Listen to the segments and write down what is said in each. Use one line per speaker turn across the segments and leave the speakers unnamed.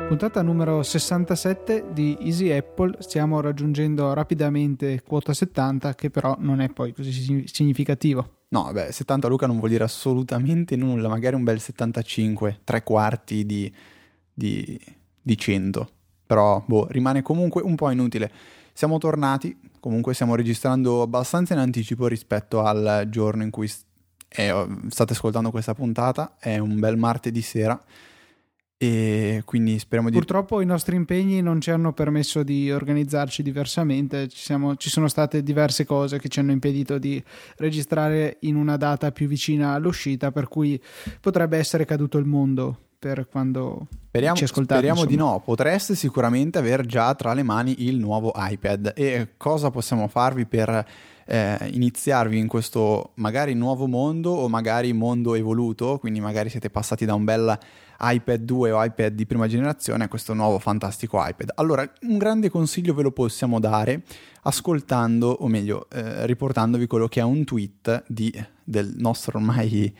Puntata numero 67 di Easy Apple, stiamo raggiungendo rapidamente quota 70, che però non è poi così significativo.
No, vabbè, 70 Luca non vuol dire assolutamente nulla, magari un bel 75, tre quarti di 100, però rimane comunque un po' inutile. Siamo tornati, comunque stiamo registrando abbastanza in anticipo rispetto al giorno in cui state ascoltando questa puntata, è un bel martedì sera. E quindi speriamo
Purtroppo i nostri impegni non ci hanno permesso di organizzarci diversamente, ci sono state diverse cose che ci hanno impedito di registrare in una data più vicina all'uscita, per cui potrebbe essere caduto il mondo per quando ci ascoltate.
Speriamo di no. Potreste sicuramente aver già tra le mani il nuovo iPad. E cosa possiamo farvi per iniziarvi in questo magari nuovo mondo o magari mondo evoluto, quindi magari siete passati da un bel iPad 2 o iPad di prima generazione a questo nuovo fantastico iPad. Allora, un grande consiglio ve lo possiamo dare ascoltando, o meglio, riportandovi quello che è un tweet del nostro ormai...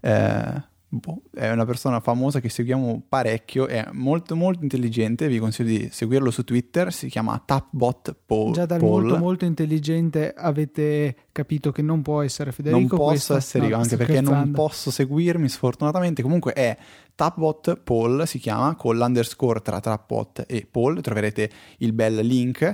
è una persona famosa che seguiamo parecchio, è molto molto intelligente, vi consiglio di seguirlo su Twitter, si chiama Tapbot Paul.
Già dal molto molto intelligente avete capito che non può essere Federico.
Non posso essere io, anche perché non posso seguirmi sfortunatamente. Comunque è Tapbot Paul, si chiama, con l'underscore tra Tapbot e Paul, troverete il bel link,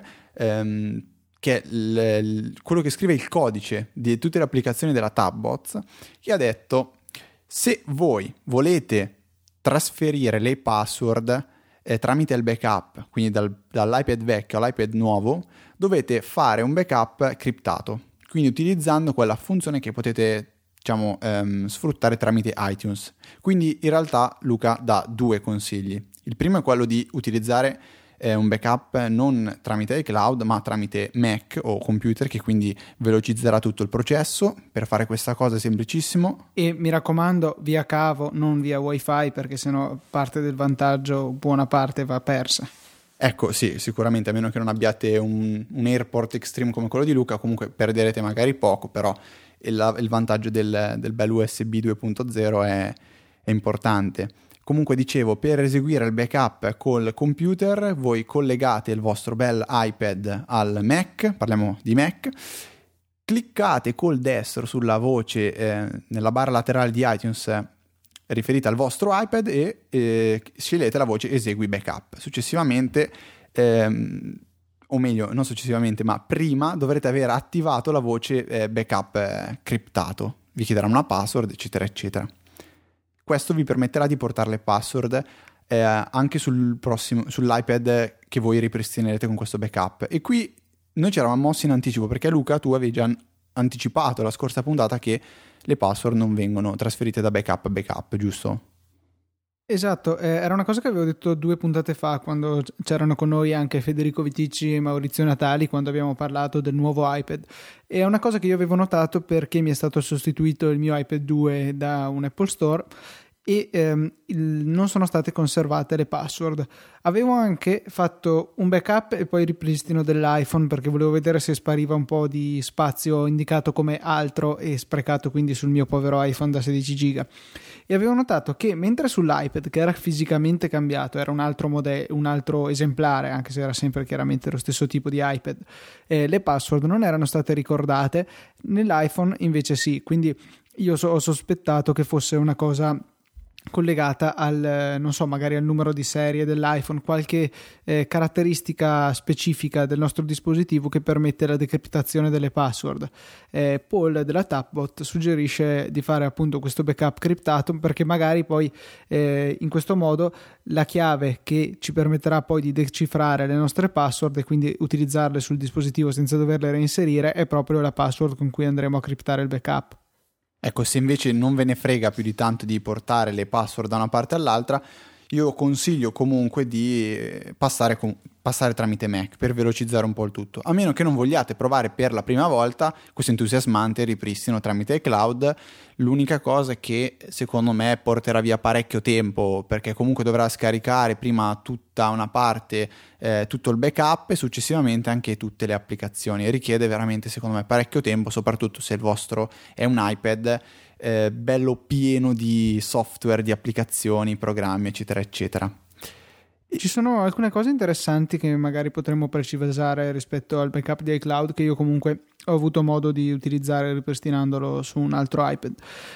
che è quello che scrive il codice di tutte le applicazioni della Tapbots, che ha detto: se voi volete trasferire le password tramite il backup, quindi dall'iPad vecchio all'iPad nuovo, dovete fare un backup criptato, quindi utilizzando quella funzione che potete, diciamo, sfruttare tramite iTunes. Quindi in realtà Luca dà due consigli. Il primo è quello di utilizzare un backup non tramite iCloud ma tramite Mac o computer, che quindi velocizzerà tutto il processo. Per fare questa cosa è semplicissimo,
e mi raccomando via cavo, non via wifi, perché sennò parte del vantaggio, buona parte, va persa.
Ecco, sì, sicuramente, a meno che non abbiate un AirPort Extreme come quello di Luca, comunque perderete magari poco, però il vantaggio del bel USB 2.0 è importante. Comunque dicevo, per eseguire il backup col computer voi collegate il vostro bel iPad al Mac, parliamo di Mac, cliccate col destro sulla voce nella barra laterale di iTunes riferita al vostro iPad e scegliete la voce esegui backup. Successivamente, o meglio, non successivamente, ma prima dovrete aver attivato la voce backup criptato. Vi chiederà una password, eccetera, eccetera. Questo vi permetterà di portare le password anche sull'iPad che voi ripristinerete con questo backup. E qui noi ci eravamo mossi in anticipo, perché Luca, tu avevi già anticipato la scorsa puntata che le password non vengono trasferite da backup a backup, giusto?
Esatto, era una cosa che avevo detto 2 puntate fa, quando c'erano con noi anche Federico Viticci e Maurizio Natali, quando abbiamo parlato del nuovo iPad. È una cosa che io avevo notato perché mi è stato sostituito il mio iPad 2 da un Apple Store e non sono state conservate le password. Avevo anche fatto un backup e poi ripristino dell'iPhone, perché volevo vedere se spariva un po' di spazio indicato come altro e sprecato quindi sul mio povero iPhone da 16 giga. E avevo notato che mentre sull'iPad, che era fisicamente cambiato, era un altro modello, un altro esemplare, anche se era sempre chiaramente lo stesso tipo di iPad, le password non erano state ricordate, nell'iPhone invece sì. Quindi io ho sospettato che fosse una cosa collegata al, non so, magari al numero di serie dell'iPhone, qualche caratteristica specifica del nostro dispositivo che permette la decriptazione delle password. Paul della Tapbot suggerisce di fare appunto questo backup criptato, perché magari poi in questo modo la chiave che ci permetterà poi di decifrare le nostre password e quindi utilizzarle sul dispositivo senza doverle reinserire è proprio la password con cui andremo a criptare il backup.
Ecco, se invece non ve ne frega più di tanto di portare le password da una parte all'altra, io consiglio comunque di passare tramite Mac per velocizzare un po' il tutto, a meno che non vogliate provare per la prima volta questo entusiasmante ripristino tramite iCloud. L'unica cosa è che secondo me porterà via parecchio tempo, perché comunque dovrà scaricare prima tutta una parte, tutto il backup, e successivamente anche tutte le applicazioni. Richiede veramente, secondo me, parecchio tempo, soprattutto se il vostro è un iPad bello pieno di software, di applicazioni, programmi, eccetera, eccetera.
Ci sono alcune cose interessanti che magari potremmo precisare rispetto al backup di iCloud, che io comunque ho avuto modo di utilizzare ripristinandolo su un altro iPad.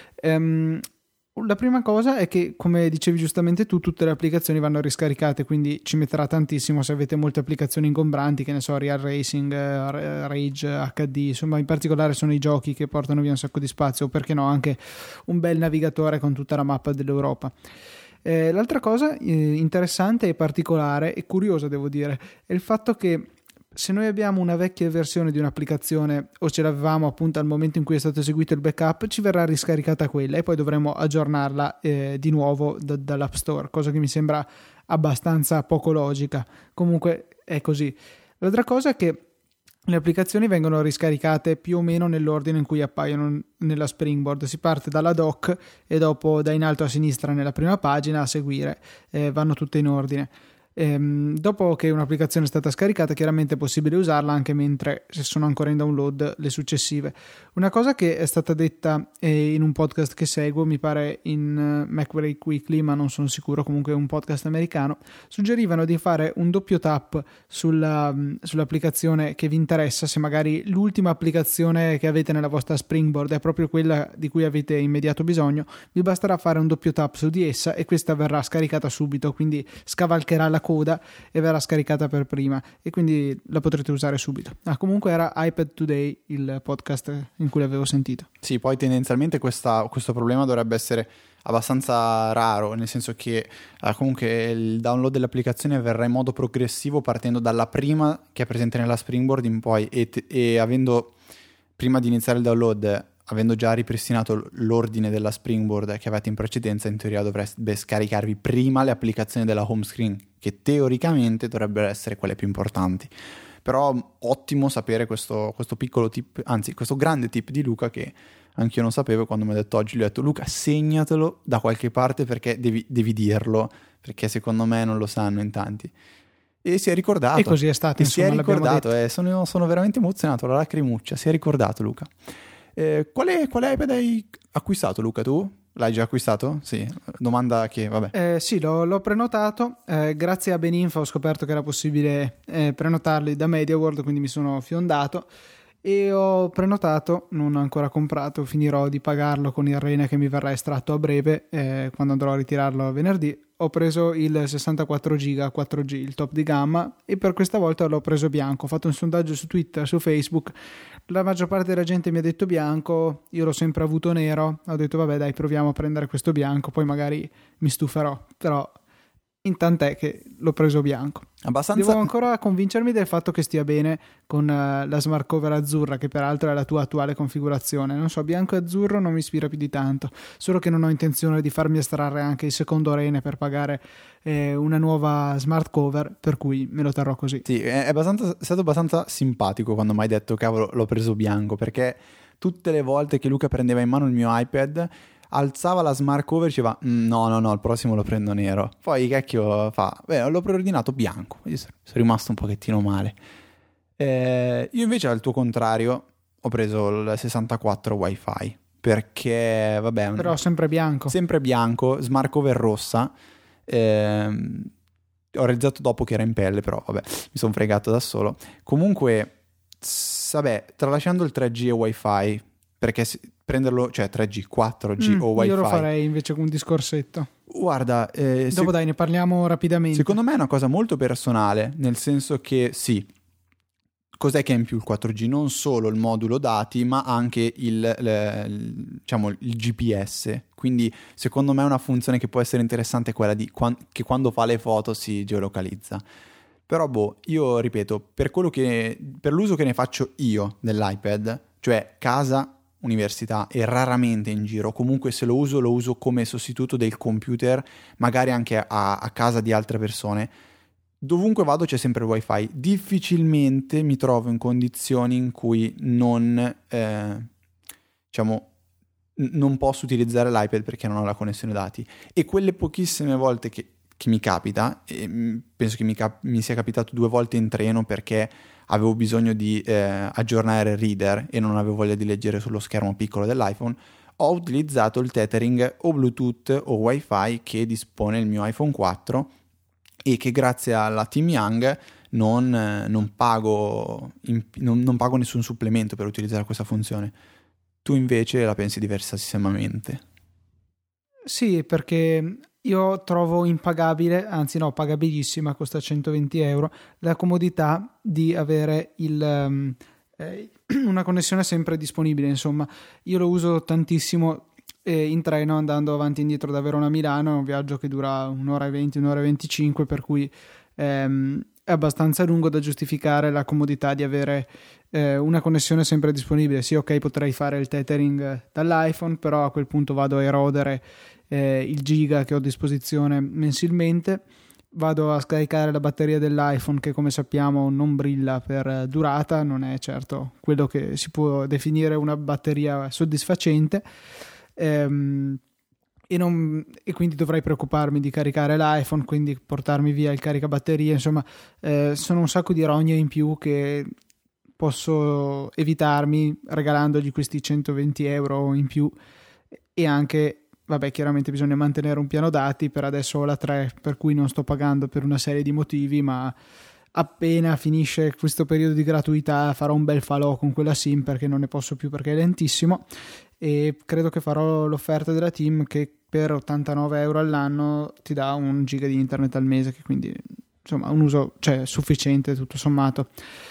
La prima cosa è che, come dicevi giustamente tu, tutte le applicazioni vanno riscaricate, quindi ci metterà tantissimo se avete molte applicazioni ingombranti, che ne so, Real Racing, Rage, HD, insomma in particolare sono i giochi che portano via un sacco di spazio, o perché no anche un bel navigatore con tutta la mappa dell'Europa. L'altra cosa interessante e particolare e curiosa, devo dire, è il fatto che se noi abbiamo una vecchia versione di un'applicazione o ce l'avevamo appunto al momento in cui è stato eseguito il backup, ci verrà riscaricata quella e poi dovremo aggiornarla di nuovo dall'App Store, cosa che mi sembra abbastanza poco logica. Comunque è così. L'altra cosa è che le applicazioni vengono riscaricate più o meno nell'ordine in cui appaiono nella Springboard. Si parte dalla dock e dopo da in alto a sinistra nella prima pagina a seguire, vanno tutte in ordine. Dopo che un'applicazione è stata scaricata, chiaramente è possibile usarla anche mentre sono ancora in download le successive. Una cosa che è stata detta in un podcast che seguo, mi pare in Macbreak Weekly, ma non sono sicuro, comunque è un podcast americano, suggerivano di fare un doppio tap sull'applicazione che vi interessa. Se magari l'ultima applicazione che avete nella vostra Springboard è proprio quella di cui avete immediato bisogno, vi basterà fare un doppio tap su di essa e questa verrà scaricata subito, quindi scavalcherà la coda e verrà scaricata per prima e quindi la potrete usare subito. Comunque era iPad Today il podcast in cui l'avevo sentito.
Sì, poi tendenzialmente questo problema dovrebbe essere abbastanza raro, nel senso che comunque il download dell'applicazione avverrà in modo progressivo partendo dalla prima che è presente nella Springboard in poi e avendo, prima di iniziare il download, avendo già ripristinato l'ordine della Springboard che avete in precedenza, in teoria dovrebbe scaricarvi prima le applicazioni della home screen, che teoricamente dovrebbero essere quelle più importanti. Però ottimo sapere questo piccolo tip, anzi questo grande tip di Luca che anch'io non sapevo. Quando mi ha detto oggi, gli ho detto: Luca, segnatelo da qualche parte perché devi dirlo, perché secondo me non lo sanno in tanti. E si è ricordato.
E così è stato, insomma,
si è ricordato, sono veramente emozionato, la lacrimuccia, si è ricordato Luca. Quale iPad hai acquistato, Luca, tu? L'hai già acquistato? Sì, domanda che vabbè.
Sì, l'ho prenotato, grazie a Beninfa ho scoperto che era possibile prenotarli da MediaWorld, quindi mi sono fiondato e ho prenotato, non ho ancora comprato, finirò di pagarlo con il rene che mi verrà estratto a breve, quando andrò a ritirarlo venerdì. Ho preso il 64 giga 4G, il top di gamma, e per questa volta l'ho preso bianco. Ho fatto un sondaggio su Twitter, su Facebook, la maggior parte della gente mi ha detto bianco, io l'ho sempre avuto nero, ho detto vabbè dai, proviamo a prendere questo bianco, poi magari mi stuferò, però intant'è che l'ho preso bianco.
Abbastanza...
Devo ancora convincermi del fatto che stia bene con la smart cover azzurra, che peraltro è la tua attuale configurazione. Non so, bianco e azzurro non mi ispira più di tanto, solo che non ho intenzione di farmi estrarre anche il secondo rene per pagare una nuova smart cover, per cui me lo terrò così.
Sì, è stato abbastanza simpatico quando mi hai detto cavolo l'ho preso bianco, perché tutte le volte che Luca prendeva in mano il mio iPad alzava la smart cover e diceva no, al prossimo lo prendo nero. Poi cacchio fa, beh, l'ho preordinato bianco. Io sono rimasto un pochettino male. Io invece al tuo contrario ho preso il 64 wifi, perché vabbè,
però sempre bianco,
smart cover rossa. Ho realizzato dopo che era in pelle, però vabbè, mi sono fregato da solo. Comunque vabbè, tralasciando il 3G e wifi, perché prenderlo, cioè 3G, 4G o wifi,
io lo farei invece con un discorsetto.
Guarda,
dopo dai, ne parliamo rapidamente.
Secondo me è una cosa molto personale, nel senso che sì, cos'è che è in più il 4G? Non solo il modulo dati, ma anche il GPS. Quindi secondo me una funzione che può essere interessante è quella di che quando fa le foto si geolocalizza. Però io ripeto, per l'uso che ne faccio io dell'iPad, cioè casa, università e raramente in giro, comunque se lo uso come sostituto del computer, magari anche a casa di altre persone. Dovunque vado c'è sempre il wifi. Difficilmente mi trovo in condizioni in cui non posso utilizzare l'iPad perché non ho la connessione dati. E quelle pochissime volte che mi capita, e penso che mi sia capitato 2 volte in treno perché avevo bisogno di aggiornare il reader e non avevo voglia di leggere sullo schermo piccolo dell'iPhone, ho utilizzato il tethering o Bluetooth o Wi-Fi che dispone il mio iPhone 4. e che grazie alla Team Young non pago nessun supplemento per utilizzare questa funzione. Tu invece la pensi diversamente?
Sì, perché io trovo impagabile, anzi no, pagabilissima, costa 120 euro, la comodità di avere una connessione sempre disponibile. Insomma, io lo uso tantissimo in treno andando avanti e indietro da Verona a Milano, è un viaggio che dura 1 ora e 20, 1 ora e 25, per cui è abbastanza lungo da giustificare la comodità di avere una connessione sempre disponibile. Sì, ok, potrei fare il tethering dall'iPhone, però a quel punto vado a erodere il giga che ho a disposizione mensilmente, vado a scaricare la batteria dell'iPhone che, come sappiamo, non brilla per durata, non è certo quello che si può definire una batteria soddisfacente, e quindi dovrei preoccuparmi di caricare l'iPhone, quindi portarmi via il caricabatterie. Insomma, sono un sacco di rogne in più che posso evitarmi regalandogli questi 120 euro in più. E anche, vabbè, chiaramente bisogna mantenere un piano dati. Per adesso ho la 3, per cui non sto pagando per una serie di motivi, ma appena finisce questo periodo di gratuità farò un bel falò con quella SIM, perché non ne posso più, perché è lentissimo, e credo che farò l'offerta della Team, che per 89 euro all'anno ti dà 1 giga di internet al mese, che quindi insomma un uso, cioè, sufficiente tutto sommato.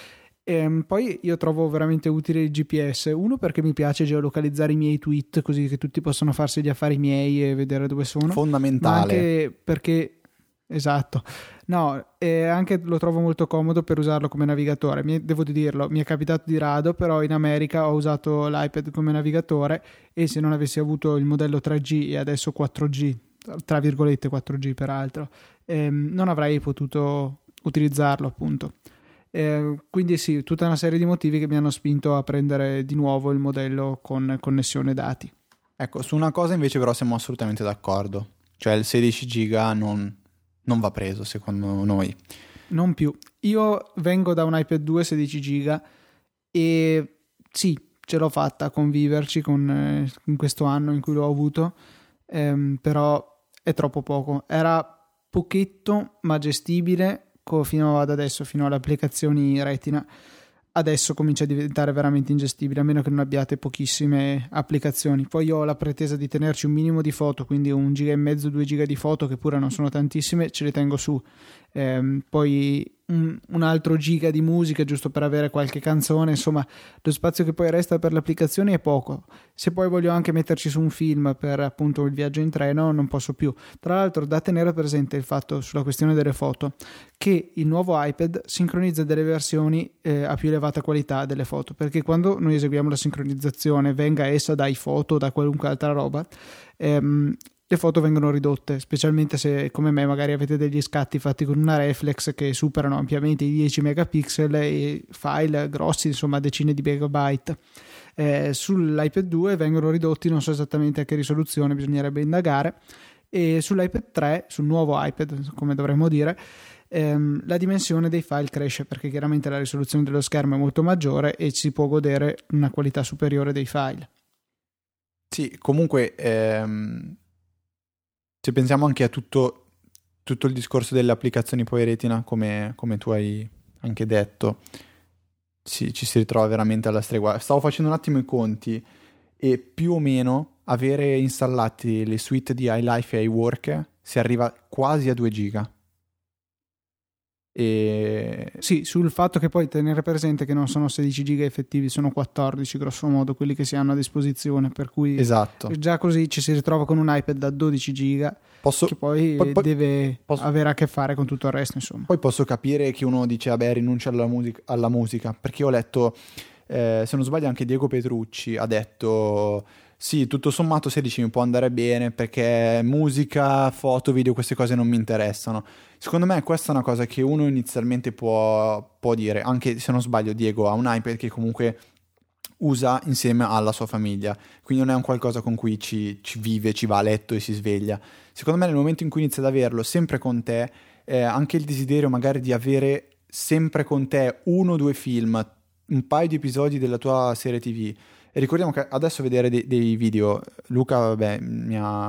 Poi io trovo veramente utile il GPS, uno perché mi piace geolocalizzare i miei tweet così che tutti possono farsi gli affari miei e vedere dove sono,
Fondamentale.
ma anche perché, esatto, no, e anche lo trovo molto comodo per usarlo come navigatore. Devo dirlo, mi è capitato di rado, però in America ho usato l'iPad come navigatore, e se non avessi avuto il modello 3G e adesso 4G, tra virgolette 4G peraltro, non avrei potuto utilizzarlo, appunto. Quindi sì, tutta una serie di motivi che mi hanno spinto a prendere di nuovo il modello con connessione dati.
Ecco, su una cosa invece però siamo assolutamente d'accordo, cioè il 16 giga non va preso secondo noi.
Non più. Io vengo da un iPad 2 16 giga e sì, ce l'ho fatta a conviverci in questo anno in cui l'ho avuto, però è troppo poco. Era pochetto ma gestibile fino ad adesso, fino alle applicazioni Retina. Adesso comincia a diventare veramente ingestibile, a meno che non abbiate pochissime applicazioni. Poi io ho la pretesa di tenerci un minimo di foto, quindi 1,5 giga, 2 giga di foto, che pure non sono tantissime, ce le tengo su. Poi un altro giga di musica, giusto per avere qualche canzone. Insomma, lo spazio che poi resta per le applicazioni è poco. Se poi voglio anche metterci su un film per appunto il viaggio in treno, non posso più. Tra l'altro, da tenere presente il fatto, sulla questione delle foto, che il nuovo iPad sincronizza delle versioni a più elevata qualità delle foto, perché quando noi eseguiamo la sincronizzazione, venga essa da iPhoto o da qualunque altra roba, le foto vengono ridotte, specialmente se, come me, magari avete degli scatti fatti con una reflex che superano ampiamente i 10 megapixel e file grossi, insomma decine di megabyte. Sull'iPad 2 vengono ridotti, non so esattamente a che risoluzione, bisognerebbe indagare, e sull'iPad 3, sul nuovo iPad come dovremmo dire, la dimensione dei file cresce, perché chiaramente la risoluzione dello schermo è molto maggiore e si può godere una qualità superiore dei file.
Sì, comunque se pensiamo anche a tutto il discorso delle applicazioni poi Retina, come tu hai anche detto, ci si ritrova veramente alla stregua. Stavo facendo un attimo i conti e più o meno avere installati le suite di iLife e iWork si arriva quasi a 2 giga. E
sì, sul fatto che poi tenere presente che non sono 16 giga effettivi, sono 14 grosso modo quelli che si hanno a disposizione, per cui
esatto,
già così ci si ritrova con un iPad da 12 giga che poi deve avere a che fare con tutto il resto, insomma.
Poi posso capire che uno dice vabbè, rinuncia alla musica, perché ho letto, se non sbaglio anche Diego Petrucci ha detto sì, tutto sommato 16 mi può andare bene, perché musica, foto, video, queste cose non mi interessano. Secondo me questa è una cosa che uno inizialmente può dire, anche se non sbaglio Diego ha un iPad che comunque usa insieme alla sua famiglia, quindi non è un qualcosa con cui ci vive, ci va a letto e si sveglia. Secondo me nel momento in cui inizia ad averlo sempre con te, anche il desiderio magari di avere sempre con te 1 o 2 film, un paio di episodi della tua serie TV. E ricordiamo che adesso vedere dei video, Luca vabbè mi ha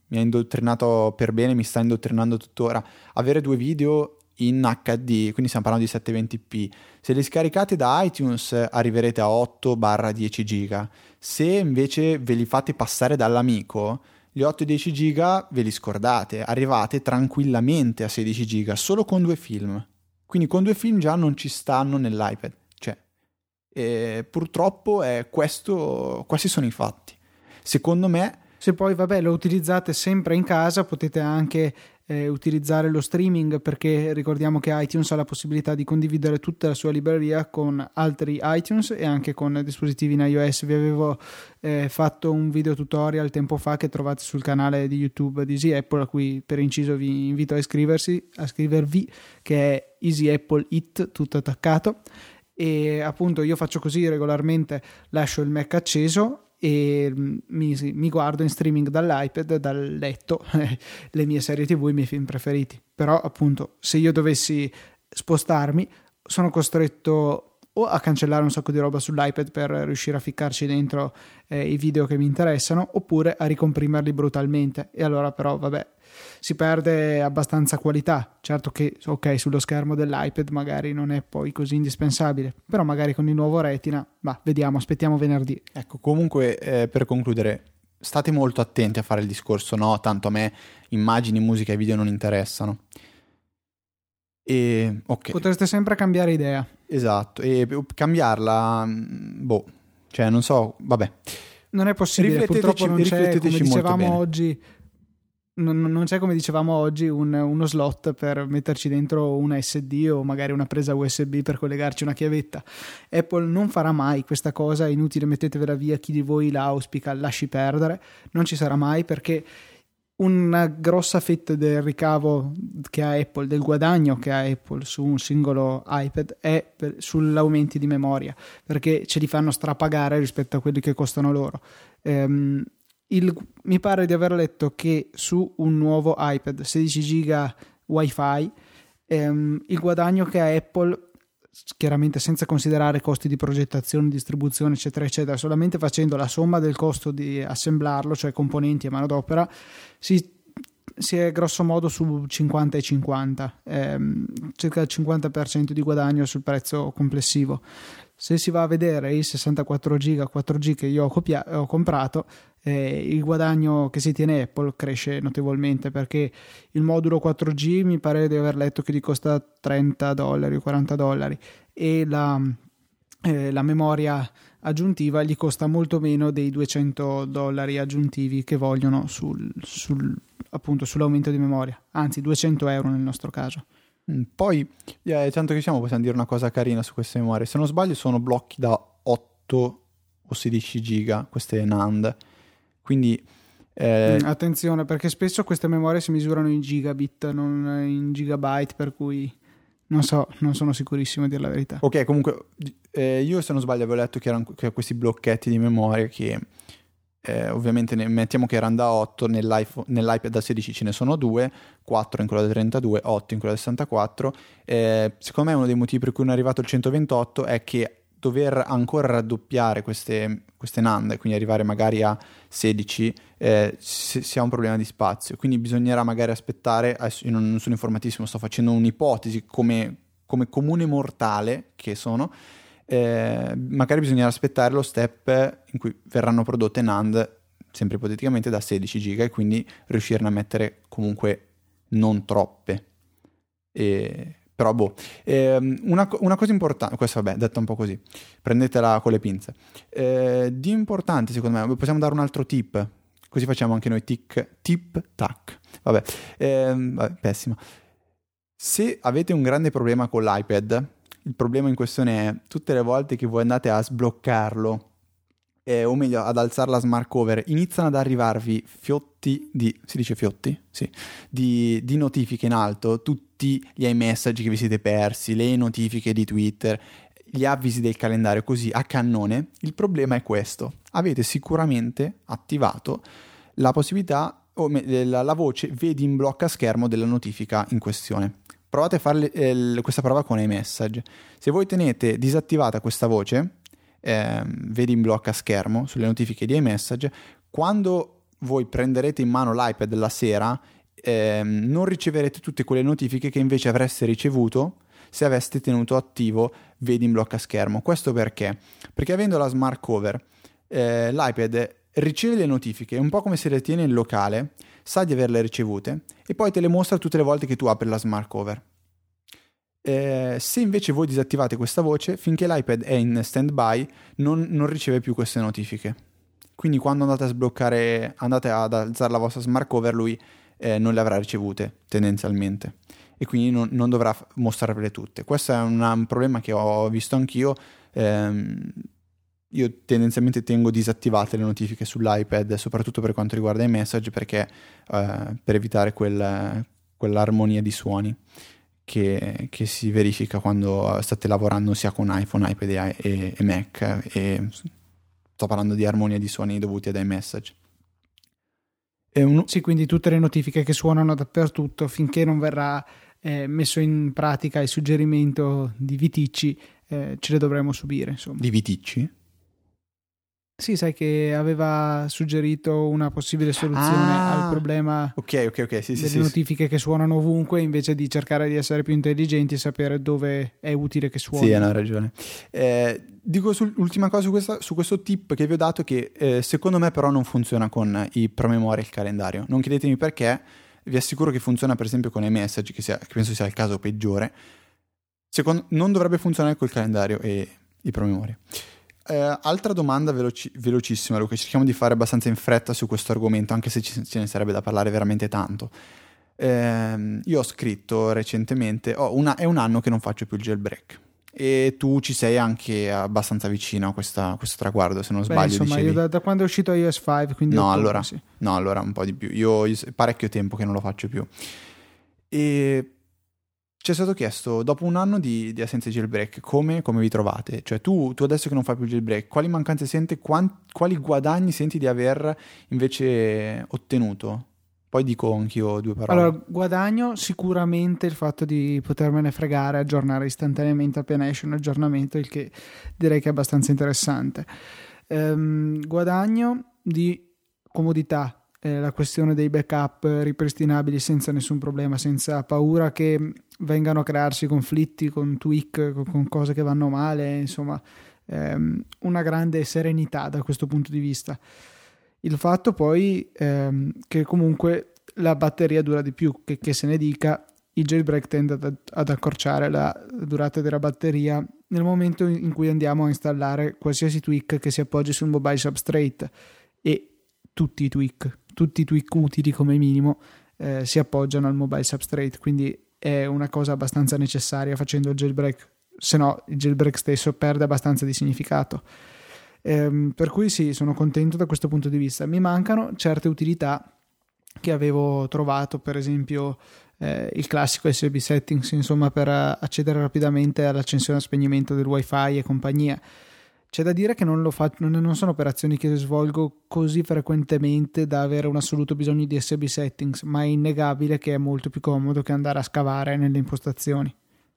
mi ha indottrinato per bene, mi sta indottrinando tuttora. Avere 2 video in HD, quindi stiamo parlando di 720p, se li scaricate da iTunes arriverete a 8/10 giga. Se invece ve li fate passare dall'amico, gli 8-10 giga ve li scordate, arrivate tranquillamente a 16 giga solo con 2 film. Quindi con 2 film già non ci stanno nell'iPad, cioè, purtroppo questi sono i fatti. Secondo me,
se poi lo utilizzate sempre in casa, potete anche utilizzare lo streaming, perché ricordiamo che iTunes ha la possibilità di condividere tutta la sua libreria con altri iTunes e anche con dispositivi in iOS. Vi avevo fatto un video tutorial tempo fa che trovate sul canale di YouTube di Easy Apple, a cui per inciso vi invito a iscrivervi, che è Easy Apple It, tutto attaccato. E appunto io faccio così regolarmente, lascio il Mac acceso e mi guardo in streaming dall'iPad, dal letto, le mie serie TV, i miei film preferiti. Però appunto, se io dovessi spostarmi, sono costretto o a cancellare un sacco di roba sull'iPad per riuscire a ficcarci dentro i video che mi interessano, oppure a ricomprimerli brutalmente, e allora però si perde abbastanza qualità. Certo che ok, sullo schermo dell'iPad magari non è poi così indispensabile, però magari con il nuovo Retina, vediamo, aspettiamo venerdì.
Ecco, comunque per concludere, state molto attenti a fare il discorso no, tanto a me immagini, musica e video non interessano. E ok,
potreste sempre cambiare idea.
Esatto, e cambiarla, cioè non so, vabbè.
Non è possibile, purtroppo non c'è, come dicevamo oggi, non c'è, come dicevamo oggi, uno slot per metterci dentro una SD o magari una presa USB per collegarci una chiavetta. Apple non farà mai questa cosa, è inutile, mettetevela via, chi di voi la auspica lasci perdere, non ci sarà mai, perché una grossa fetta del ricavo che ha Apple, del guadagno che ha Apple su un singolo iPad è sull'aumenti di memoria, perché ce li fanno strapagare rispetto a quelli che costano loro. Mi pare di aver letto che su un nuovo iPad 16 giga Wi-Fi il guadagno che ha Apple, chiaramente senza considerare costi di progettazione, distribuzione eccetera eccetera, solamente facendo la somma del costo di assemblarlo, cioè componenti e manodopera, si è grosso modo su 50 e 50, circa il 50% di guadagno sul prezzo complessivo. Se si va a vedere i 64 giga 4G che io ho comprato, il guadagno che si tiene Apple cresce notevolmente, perché il modulo 4G mi pare di aver letto che gli costa $30 o $40 e la memoria aggiuntiva gli costa molto meno dei $200 aggiuntivi che vogliono appunto sull'aumento di memoria, anzi €200 nel nostro caso.
Poi, tanto che possiamo dire una cosa carina su queste memorie. Se non sbaglio sono blocchi da 8 o 16 giga queste NAND, quindi
attenzione, perché spesso queste memorie si misurano in gigabit, non in gigabyte, per cui non sono sicurissimo a dire la verità.
Ok, comunque io se non sbaglio avevo letto che erano questi blocchetti di memoria che ovviamente mettiamo che erano da 8, nell'iPad da 16 ce ne sono 2, 4 in quello da 32, 8 in quello da 64. Secondo me uno dei motivi per cui non è arrivato il 128 è che dover ancora raddoppiare queste NAND, quindi arrivare magari a 16, si ha un problema di spazio, quindi bisognerà magari aspettare. Adesso io non sono informatissimo, sto facendo un'ipotesi come comune mortale che sono, magari bisognerà aspettare lo step in cui verranno prodotte NAND sempre ipoteticamente da 16 giga e quindi riuscirne a mettere comunque non troppe. Però una cosa importante, questo detta un po' così, prendetela con le pinze, di importante secondo me, possiamo dare un altro tip, così facciamo anche noi tip tac, pessimo. Se avete un grande problema con l'iPad, il problema in questione è tutte le volte che voi andate a sbloccarlo, o meglio ad alzare la smart cover, iniziano ad arrivarvi si dice fiotti? Sì, di notifiche in alto, tutti gli iMessage che vi siete persi, le notifiche di Twitter, gli avvisi del calendario, così a cannone. Il problema è questo: avete sicuramente attivato la possibilità, la voce vedi in blocca schermo della notifica in questione. Provate a fare questa prova con iMessage. Se voi tenete disattivata questa voce, vedi in blocca schermo sulle notifiche di iMessage, quando voi prenderete in mano l'iPad la sera, non riceverete tutte quelle notifiche che invece avreste ricevuto se aveste tenuto attivo Vedi in blocca schermo. Questo perché? Perché avendo la smart cover, l'iPad riceve le notifiche, un po' come se le tiene in locale, sa di averle ricevute e poi te le mostra tutte le volte che tu apri la smart cover. Se invece voi disattivate questa voce, finché l'iPad è in stand-by non riceve più queste notifiche. Quindi quando andate a sbloccare, andate ad alzare la vostra smart cover, lui non le avrà ricevute tendenzialmente e quindi non dovrà mostrarvele tutte. Questo è un problema che ho visto anch'io. Io tendenzialmente tengo disattivate le notifiche sull'iPad, soprattutto per quanto riguarda i message, perché per evitare quell'armonia di suoni che si verifica quando state lavorando sia con iPhone, iPad e Mac, e sto parlando di armonia di suoni dovuti ad iMessage.
Sì, quindi tutte le notifiche che suonano dappertutto, finché non verrà messo in pratica il suggerimento di Viticci, ce le dovremo subire, insomma.
Di Viticci?
Sì, sai che aveva suggerito una possibile soluzione al problema delle notifiche che suonano ovunque, invece di cercare di essere più intelligenti e sapere dove è utile che suoni.
Sì, hanno ragione. Dico l'ultima cosa su questo tip che vi ho dato, che secondo me però non funziona con i promemoria e il calendario. Non chiedetemi perché, vi assicuro che funziona per esempio con i message, che penso sia il caso peggiore. Non dovrebbe funzionare col calendario e i promemoria. Altra domanda velocissima, Luca, cerchiamo di fare abbastanza in fretta su questo argomento, anche se ce ne sarebbe da parlare veramente tanto. Io ho scritto recentemente, è un anno che non faccio più il jailbreak e tu ci sei anche abbastanza vicino a questo traguardo, se non sbaglio.
Insomma,
dicevi...
io da quando è uscito iOS 5, quindi
allora un po' di più. Io parecchio tempo che non lo faccio più. E ci è stato chiesto, dopo un anno di assenza di jailbreak, come vi trovate? Cioè tu adesso che non fai più il jailbreak, quali mancanze senti, quali guadagni senti di aver invece ottenuto? Poi dico anch'io due parole.
Allora, guadagno sicuramente il fatto di potermene fregare, aggiornare istantaneamente appena esce un aggiornamento, il che direi che è abbastanza interessante. Guadagno di comodità. La questione dei backup ripristinabili senza nessun problema, senza paura che vengano a crearsi conflitti con tweak, con cose che vanno male, insomma una grande serenità da questo punto di vista. Il fatto poi che comunque la batteria dura di più, che se ne dica, il jailbreak tende ad accorciare la durata della batteria nel momento in cui andiamo a installare qualsiasi tweak che si appoggi sul mobile substrate, e tutti i tweak utili come minimo si appoggiano al mobile substrate, quindi è una cosa abbastanza necessaria facendo il jailbreak, se no il jailbreak stesso perde abbastanza di significato. Per cui sì, sono contento da questo punto di vista. Mi mancano certe utilità che avevo trovato, per esempio il classico USB settings, insomma, per accedere rapidamente all'accensione e spegnimento del wifi e compagnia. C'è da dire che non sono operazioni che svolgo così frequentemente da avere un assoluto bisogno di USB settings, ma è innegabile che è molto più comodo che andare a scavare nelle impostazioni.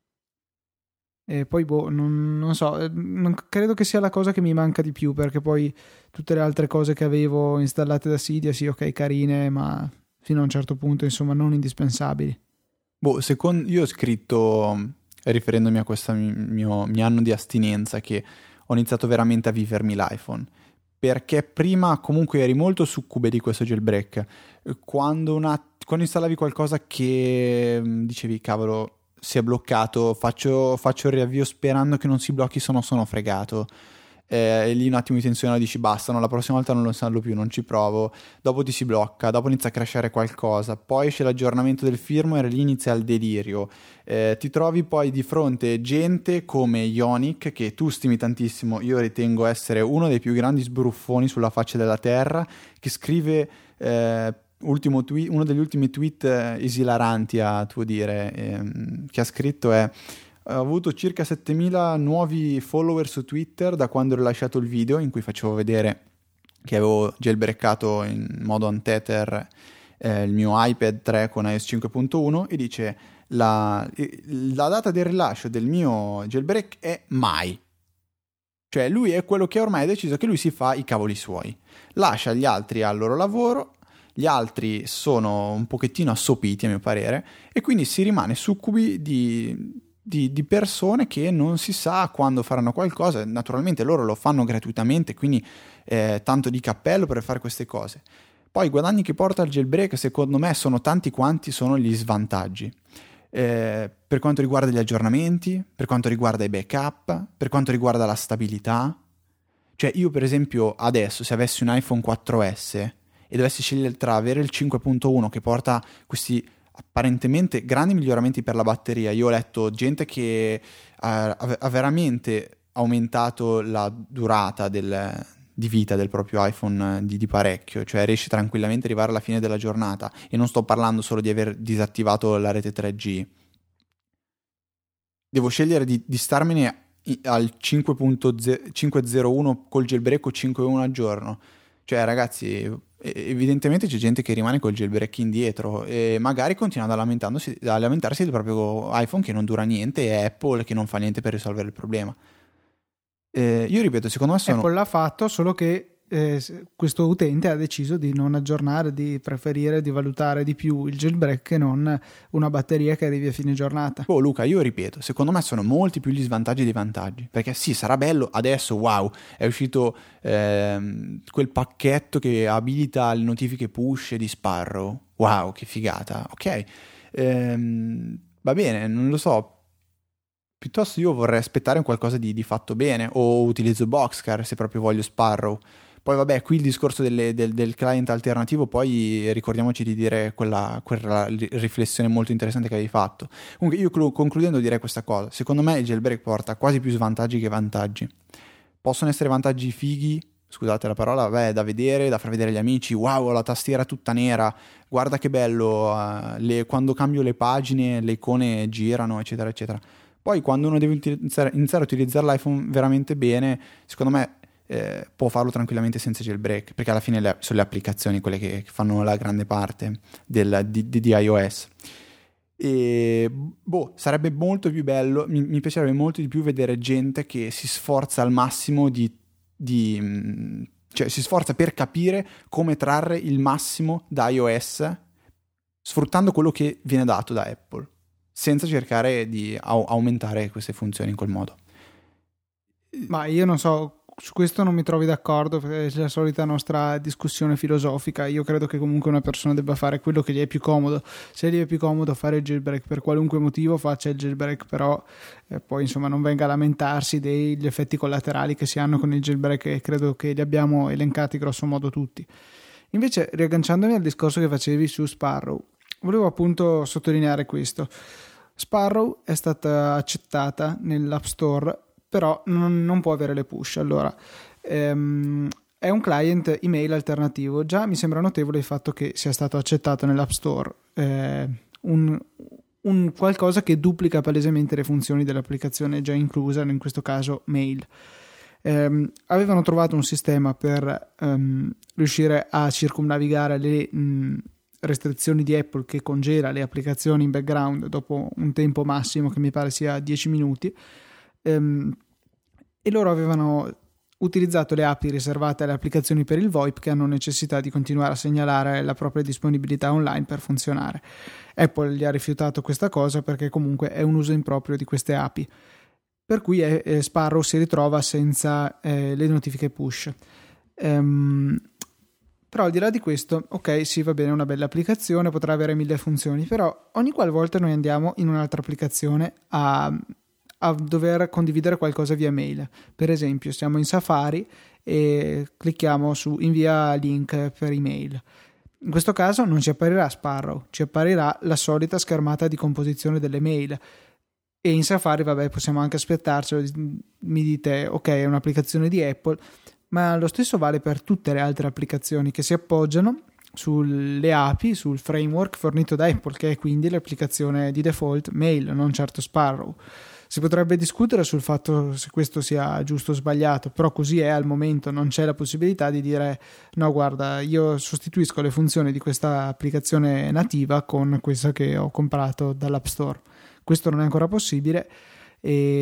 E poi non so, non credo che sia la cosa che mi manca di più, perché poi tutte le altre cose che avevo installate da Cydia, sì, ok, carine, ma fino a un certo punto, insomma, non indispensabili.
Io ho scritto, riferendomi a questo mio anno di astinenza, che ho iniziato veramente a vivermi l'iPhone, perché prima comunque eri molto succube di questo jailbreak. Quando installavi qualcosa che dicevi, cavolo, si è bloccato, faccio il riavvio sperando che non si blocchi, sono fregato. E lì un attimo di tensione, dici basta, no, la prossima volta non lo installo più, non ci provo. Dopo ti si blocca, dopo inizia a crashare qualcosa, poi esce l'aggiornamento del firmware e lì inizia il delirio. Ti trovi poi di fronte gente come Ionic, che tu stimi tantissimo, io ritengo essere uno dei più grandi sbruffoni sulla faccia della terra, che scrive uno degli ultimi tweet esilaranti a tuo dire, che ha scritto è: ho avuto circa 7000 nuovi follower su Twitter da quando ho rilasciato il video in cui facevo vedere che avevo jailbreakato in modo untether il mio iPad 3 con iOS 5.1, e dice la data del rilascio del mio jailbreak è mai. Cioè lui è quello che ormai ha deciso che lui si fa i cavoli suoi, lascia gli altri al loro lavoro, gli altri sono un pochettino assopiti a mio parere e quindi si rimane succubi di persone che non si sa quando faranno qualcosa. Naturalmente loro lo fanno gratuitamente, quindi tanto di cappello per fare queste cose. Poi i guadagni che porta il jailbreak secondo me sono tanti quanti sono gli svantaggi. Per quanto riguarda gli aggiornamenti, per quanto riguarda i backup, per quanto riguarda la stabilità. Cioè io per esempio adesso se avessi un iPhone 4S e dovessi scegliere tra avere il 5.1 che porta questi apparentemente grandi miglioramenti per la batteria, io ho letto gente che ha veramente aumentato la durata di vita del proprio iPhone di parecchio, cioè riesci tranquillamente ad arrivare alla fine della giornata, e non sto parlando solo di aver disattivato la rete 3G. Devo scegliere di starmene al 5.01 col jailbreak o 5.1 al giorno. Cioè ragazzi, evidentemente c'è gente che rimane col jailbreak indietro e magari continua ad lamentarsi del proprio iPhone che non dura niente e Apple che non fa niente per risolvere il problema. Io ripeto, secondo me
Apple l'ha fatto, solo che questo utente ha deciso di non aggiornare, di preferire, di valutare di più il jailbreak che non una batteria che arrivi a fine giornata.
Oh Luca, io ripeto, secondo me sono molti più gli svantaggi dei vantaggi, perché sì, sarà bello, adesso wow, è uscito quel pacchetto che abilita le notifiche push di Sparrow, wow, che figata, ok, va bene, non lo so. Piuttosto io vorrei aspettare un qualcosa di fatto bene, o utilizzo Boxcar se proprio voglio Sparrow. Poi vabbè, qui il discorso del client alternativo, poi ricordiamoci di dire quella riflessione molto interessante che avevi fatto. Comunque io concludendo direi questa cosa: secondo me il jailbreak porta quasi più svantaggi che vantaggi. Possono essere vantaggi fighi, scusate la parola, vabbè, da vedere, da far vedere agli amici, wow, ho la tastiera tutta nera, guarda che bello, quando cambio le pagine le icone girano, eccetera eccetera. Poi quando uno deve iniziare a utilizzare l'iPhone veramente bene, secondo me può farlo tranquillamente senza jailbreak, perché alla fine sono le applicazioni quelle che fanno la grande parte di iOS. E sarebbe molto più bello, mi piacerebbe molto di più vedere gente che si sforza al massimo cioè si sforza per capire come trarre il massimo da iOS sfruttando quello che viene dato da Apple, senza cercare di aumentare queste funzioni in quel modo.
Ma io non so, su questo non mi trovi d'accordo, perché è la solita nostra discussione filosofica. Io credo che comunque una persona debba fare quello che gli è più comodo. Se gli è più comodo fare il jailbreak per qualunque motivo, faccia il jailbreak, però poi insomma non venga a lamentarsi degli effetti collaterali che si hanno con il jailbreak, e credo che li abbiamo elencati grosso modo tutti. Invece, riagganciandomi al discorso che facevi su Sparrow, volevo appunto sottolineare questo. Sparrow è stata accettata nell'App Store, però non può avere le push. Allora, è un client email alternativo. Già mi sembra notevole il fatto che sia stato accettato nell'App Store, un qualcosa che duplica palesemente le funzioni dell'applicazione già inclusa, in questo caso Mail. Avevano trovato un sistema per riuscire a circumnavigare le restrizioni di Apple, che congela le applicazioni in background dopo un tempo massimo che mi pare sia 10 minuti, e loro avevano utilizzato le API riservate alle applicazioni per il VoIP, che hanno necessità di continuare a segnalare la propria disponibilità online per funzionare. Apple gli ha rifiutato questa cosa perché comunque è un uso improprio di queste API, per cui Sparrow si ritrova senza le notifiche push. Però al di là di questo, ok, sì, va bene, è una bella applicazione, potrà avere 1000 funzioni, però ogni qualvolta noi andiamo in un'altra applicazione a dover condividere qualcosa via mail, per esempio siamo in Safari e clicchiamo su invia link per email, in questo caso non ci apparirà Sparrow, ci apparirà la solita schermata di composizione delle mail, e in Safari vabbè possiamo anche aspettarcelo. Mi dite ok, è un'applicazione di Apple, ma lo stesso vale per tutte le altre applicazioni che si appoggiano sulle API, sul framework fornito da Apple, che è quindi l'applicazione di default Mail, non certo Sparrow. Si potrebbe discutere sul fatto se questo sia giusto o sbagliato, però così è al momento. Non c'è la possibilità di dire no, guarda, io sostituisco le funzioni di questa applicazione nativa con questa che ho comprato dall'App Store. Questo non è ancora possibile, e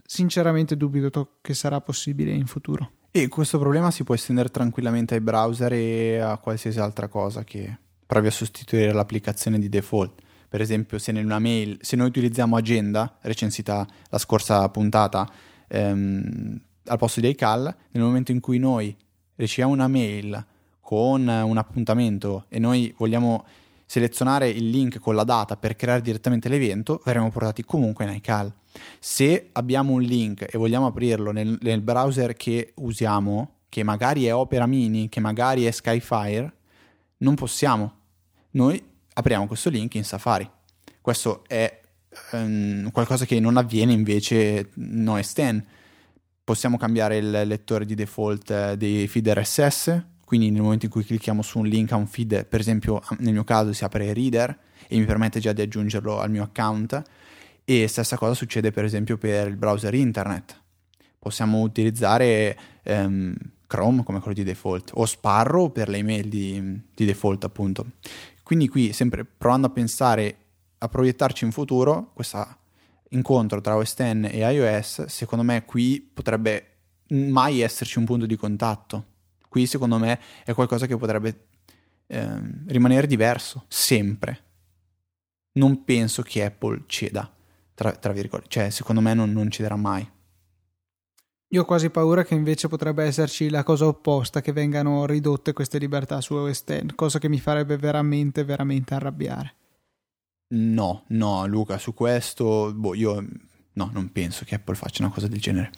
sinceramente dubito che sarà possibile in futuro.
E questo problema si può estendere tranquillamente ai browser e a qualsiasi altra cosa che provi a sostituire l'applicazione di default. Per esempio, se nella mail, se noi utilizziamo Agenda, recensita la scorsa puntata, al posto di iCal, nel momento in cui noi riceviamo una mail con un appuntamento e noi vogliamo selezionare il link con la data per creare direttamente l'evento, verremo portati comunque in iCal. Se abbiamo un link e vogliamo aprirlo nel browser che usiamo, che magari è Opera Mini, che magari è Skyfire, non possiamo. Noi apriamo questo link in Safari. Questo è qualcosa che non avviene invece in OS X. Possiamo cambiare il lettore di default dei feed RSS, quindi nel momento in cui clicchiamo su un link a un feed, per esempio nel mio caso si apre Reader e mi permette già di aggiungerlo al mio account. E stessa cosa succede per esempio per il browser internet. Possiamo utilizzare Chrome come quello di default o Sparrow per le email di default, appunto. Quindi qui, sempre provando a pensare, a proiettarci in futuro, questo incontro tra OS X e iOS, secondo me qui potrebbe mai esserci un punto di contatto. Qui secondo me è qualcosa che potrebbe rimanere diverso, sempre. Non penso che Apple ceda. Tra virgolette, cioè secondo me non cederà mai.
Io ho quasi paura che invece potrebbe esserci la cosa opposta, che vengano ridotte queste libertà su OS X, cosa che mi farebbe veramente, veramente arrabbiare.
No, Luca, su questo, io non penso che Apple faccia una cosa del genere.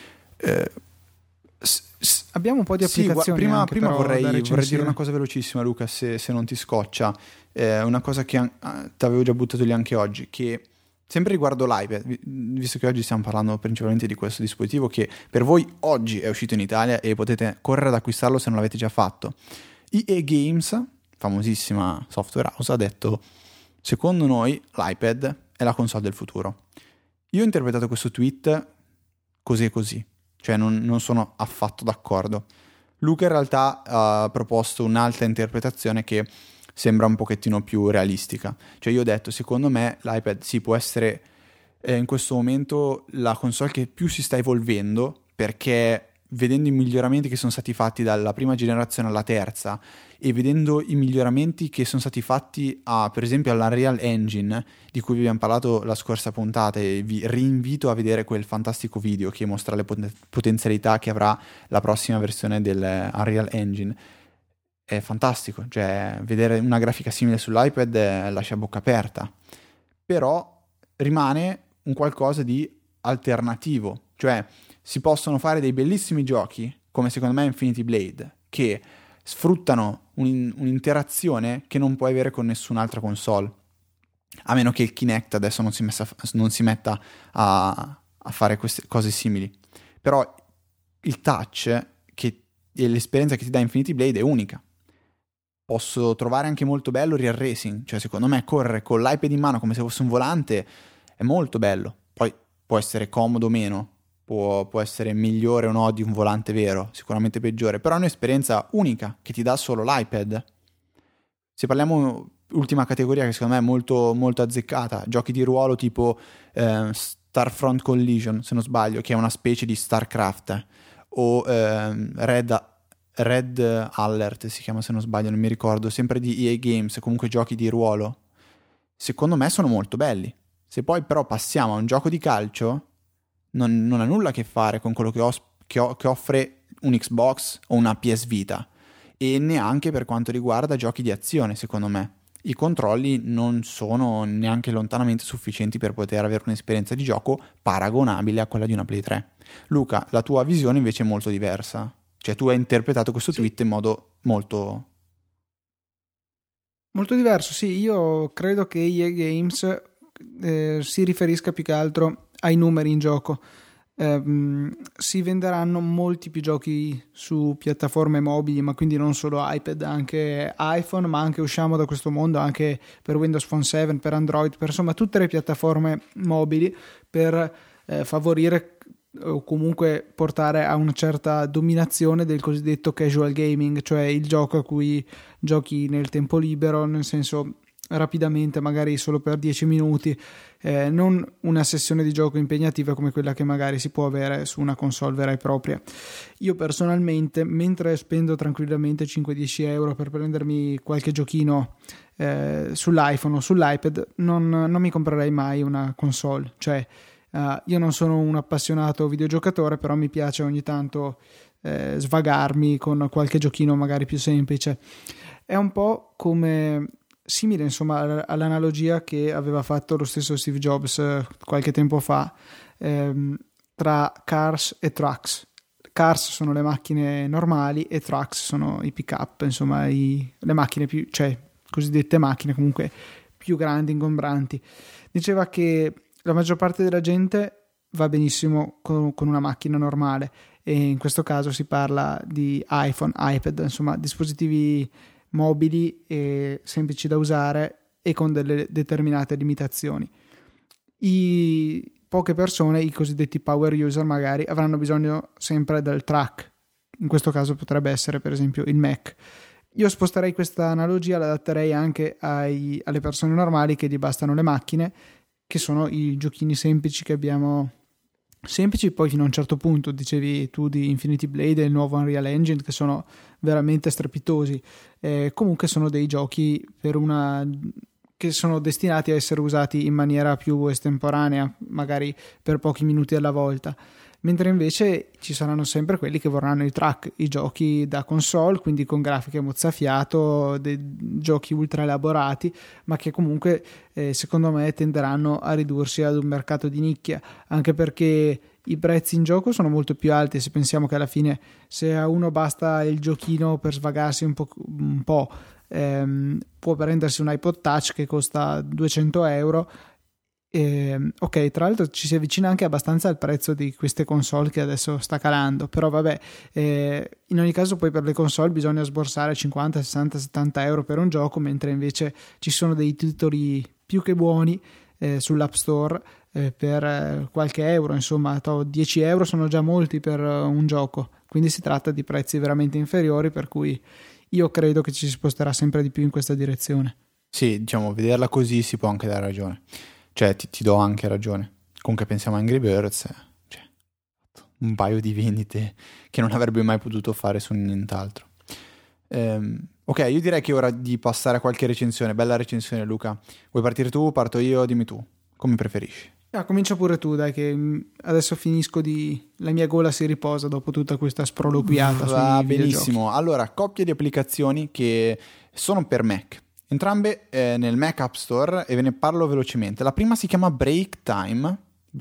Abbiamo un po' di applicazioni.
Prima vorrei dire una cosa velocissima, Luca, se non ti scoccia. Una cosa che ti avevo già buttato lì anche oggi, che sempre riguardo l'iPad, visto che oggi stiamo parlando principalmente di questo dispositivo che per voi oggi è uscito in Italia e potete correre ad acquistarlo se non l'avete già fatto. EA Games, famosissima software house, ha detto: secondo noi l'iPad è la console del futuro. Io ho interpretato questo tweet così e così, cioè non sono affatto d'accordo. Luca in realtà ha proposto un'altra interpretazione che sembra un pochettino più realistica. Cioè io ho detto, secondo me l'iPad sì può essere in questo momento la console che più si sta evolvendo, perché vedendo i miglioramenti che sono stati fatti dalla prima generazione alla terza e vedendo i miglioramenti che sono stati fatti per esempio all'Unreal Engine, di cui vi abbiamo parlato la scorsa puntata, e vi rinvito a vedere quel fantastico video che mostra le potenzialità che avrà la prossima versione dell'Unreal Engine. È fantastico, cioè vedere una grafica simile sull'iPad lascia bocca aperta, però rimane un qualcosa di alternativo, cioè si possono fare dei bellissimi giochi come secondo me Infinity Blade, che sfruttano un'interazione che non puoi avere con nessun'altra console, a meno che il Kinect adesso non si metta a fare queste cose simili. Però il touch e l'esperienza che ti dà Infinity Blade è unica. Posso trovare anche molto bello Real Racing, cioè secondo me correre con l'iPad in mano come se fosse un volante è molto bello. Poi può essere comodo o meno, può essere migliore o no di un volante vero, sicuramente peggiore, però è un'esperienza unica che ti dà solo l'iPad. Se parliamo ultima categoria che secondo me è molto, molto azzeccata, giochi di ruolo tipo Starfront Collision, se non sbaglio, che è una specie di StarCraft, o Red Alert si chiama se non sbaglio, non mi ricordo, sempre di EA Games, comunque giochi di ruolo, secondo me sono molto belli. Se poi però passiamo a un gioco di calcio, non ha nulla a che fare con quello che offre un Xbox o una PS Vita, e neanche per quanto riguarda giochi di azione. Secondo me i controlli non sono neanche lontanamente sufficienti per poter avere un'esperienza di gioco paragonabile a quella di una Play 3. Luca, la tua visione invece è molto diversa. Cioè tu hai interpretato questo tweet in modo molto
diverso. Sì, io credo che EA Games si riferisca più che altro ai numeri in gioco. Si venderanno molti più giochi su piattaforme mobili, ma quindi non solo iPad, anche iPhone, ma anche usciamo da questo mondo anche per Windows Phone 7, per Android, per insomma tutte le piattaforme mobili, per favorire o comunque portare a una certa dominazione del cosiddetto casual gaming, cioè il gioco a cui giochi nel tempo libero, nel senso rapidamente, magari solo per 10 minuti, non una sessione di gioco impegnativa come quella che magari si può avere su una console vera e propria. Io personalmente, mentre spendo tranquillamente 5-10 euro per prendermi qualche giochino sull'iPhone o sull'iPad, non mi comprerei mai una console. Cioè, io non sono un appassionato videogiocatore, però mi piace ogni tanto svagarmi con qualche giochino magari più semplice. È un po' come simile, insomma, all'analogia che aveva fatto lo stesso Steve Jobs qualche tempo fa, tra cars e trucks. Cars sono le macchine normali e trucks sono i pick-up, insomma le macchine più, cioè cosiddette macchine comunque più grandi, ingombranti. Diceva che la maggior parte della gente va benissimo con una macchina normale, e in questo caso si parla di iPhone, iPad, insomma dispositivi mobili e semplici da usare e con delle determinate limitazioni. Poche persone, i cosiddetti power user, magari avranno bisogno sempre del track. In questo caso potrebbe essere per esempio il Mac. Io sposterei questa analogia, l'adatterei anche alle persone normali che gli bastano le macchine, che sono i giochini semplici che abbiamo. Semplici poi fino a un certo punto, dicevi tu di Infinity Blade e il nuovo Unreal Engine, che sono veramente strepitosi. Comunque sono dei giochi che sono destinati a essere usati in maniera più estemporanea, magari per pochi minuti alla volta, mentre invece ci saranno sempre quelli che vorranno i track, i giochi da console, quindi con grafiche mozzafiato, dei giochi ultra elaborati, ma che comunque secondo me tenderanno a ridursi ad un mercato di nicchia, anche perché i prezzi in gioco sono molto più alti. Se pensiamo che alla fine, se a uno basta il giochino per svagarsi un po', può prendersi un iPod Touch che costa 200 euro. Ok, tra l'altro ci si avvicina anche abbastanza al prezzo di queste console che adesso sta calando, però vabbè, in ogni caso poi per le console bisogna sborsare 50, 60, 70 euro per un gioco, mentre invece ci sono dei titoli più che buoni sull'App Store per qualche euro, insomma 10 euro sono già molti per un gioco, quindi si tratta di prezzi veramente inferiori, per cui io credo che ci si sposterà sempre di più in questa direzione.
Sì, diciamo, vederla così si può anche dare ragione. Cioè, ti do anche ragione. Comunque pensiamo a Angry Birds, cioè, un paio di vendite che non avrebbe mai potuto fare su nient'altro. Ok, io direi che è ora di passare a qualche recensione. Bella recensione, Luca. Vuoi partire tu? Parto io? Dimmi tu. Come preferisci?
Comincia pure tu, dai, che adesso finisco la mia gola si riposa dopo tutta questa sproloquiata.
Va
sui
benissimo.
videogiochi.
Allora, coppia di applicazioni che sono per Mac. Entrambe nel Mac App Store, e ve ne parlo velocemente. La prima si chiama Break Time,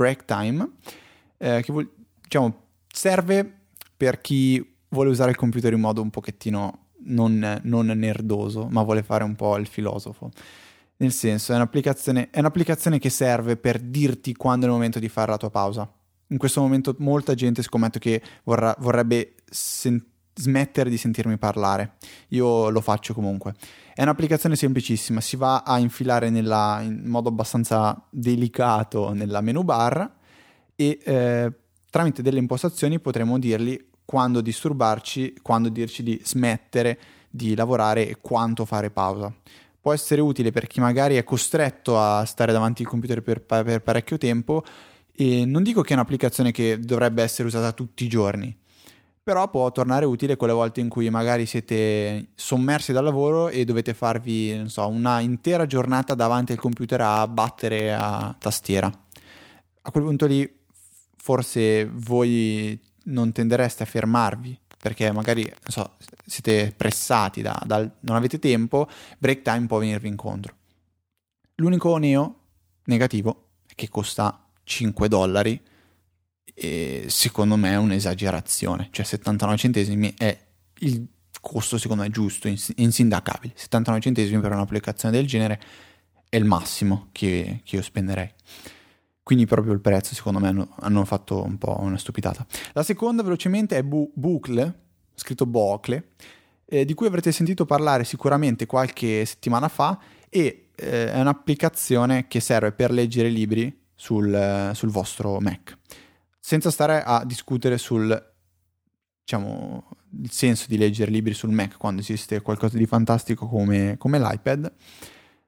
che diciamo, serve per chi vuole usare il computer in modo un pochettino non nerdoso, ma vuole fare un po' il filosofo. Nel senso, è un'applicazione che serve per dirti quando è il momento di fare la tua pausa. In questo momento molta gente scommetto che vorrebbe smettere di sentirmi parlare. Io lo faccio comunque. È un'applicazione semplicissima, si va a infilare in modo abbastanza delicato nella menu bar e tramite delle impostazioni potremo dirgli quando disturbarci, quando dirci di smettere di lavorare e quanto fare pausa. Può essere utile per chi magari è costretto a stare davanti al computer per parecchio tempo, e non dico che è un'applicazione che dovrebbe essere usata tutti i giorni, però può tornare utile quelle volte in cui magari siete sommersi dal lavoro e dovete farvi, non so, una intera giornata davanti al computer a battere a tastiera. A quel punto lì forse voi non tendereste a fermarvi, perché magari, non so, siete pressati non avete tempo. Break Time può venirvi incontro. L'unico negativo è che costa $5, e secondo me è un'esagerazione. Cioè 79 centesimi è il costo secondo me giusto, insindacabile. 79 centesimi per un'applicazione del genere è il massimo che io spenderei. Quindi proprio il prezzo secondo me hanno fatto un po' una stupidata. La seconda velocemente è Bookle, scritto Bookle, di cui avrete sentito parlare sicuramente qualche settimana fa, e è un'applicazione che serve per leggere libri sul vostro Mac, senza stare a discutere diciamo, il senso di leggere libri sul Mac quando esiste qualcosa di fantastico come l'iPad.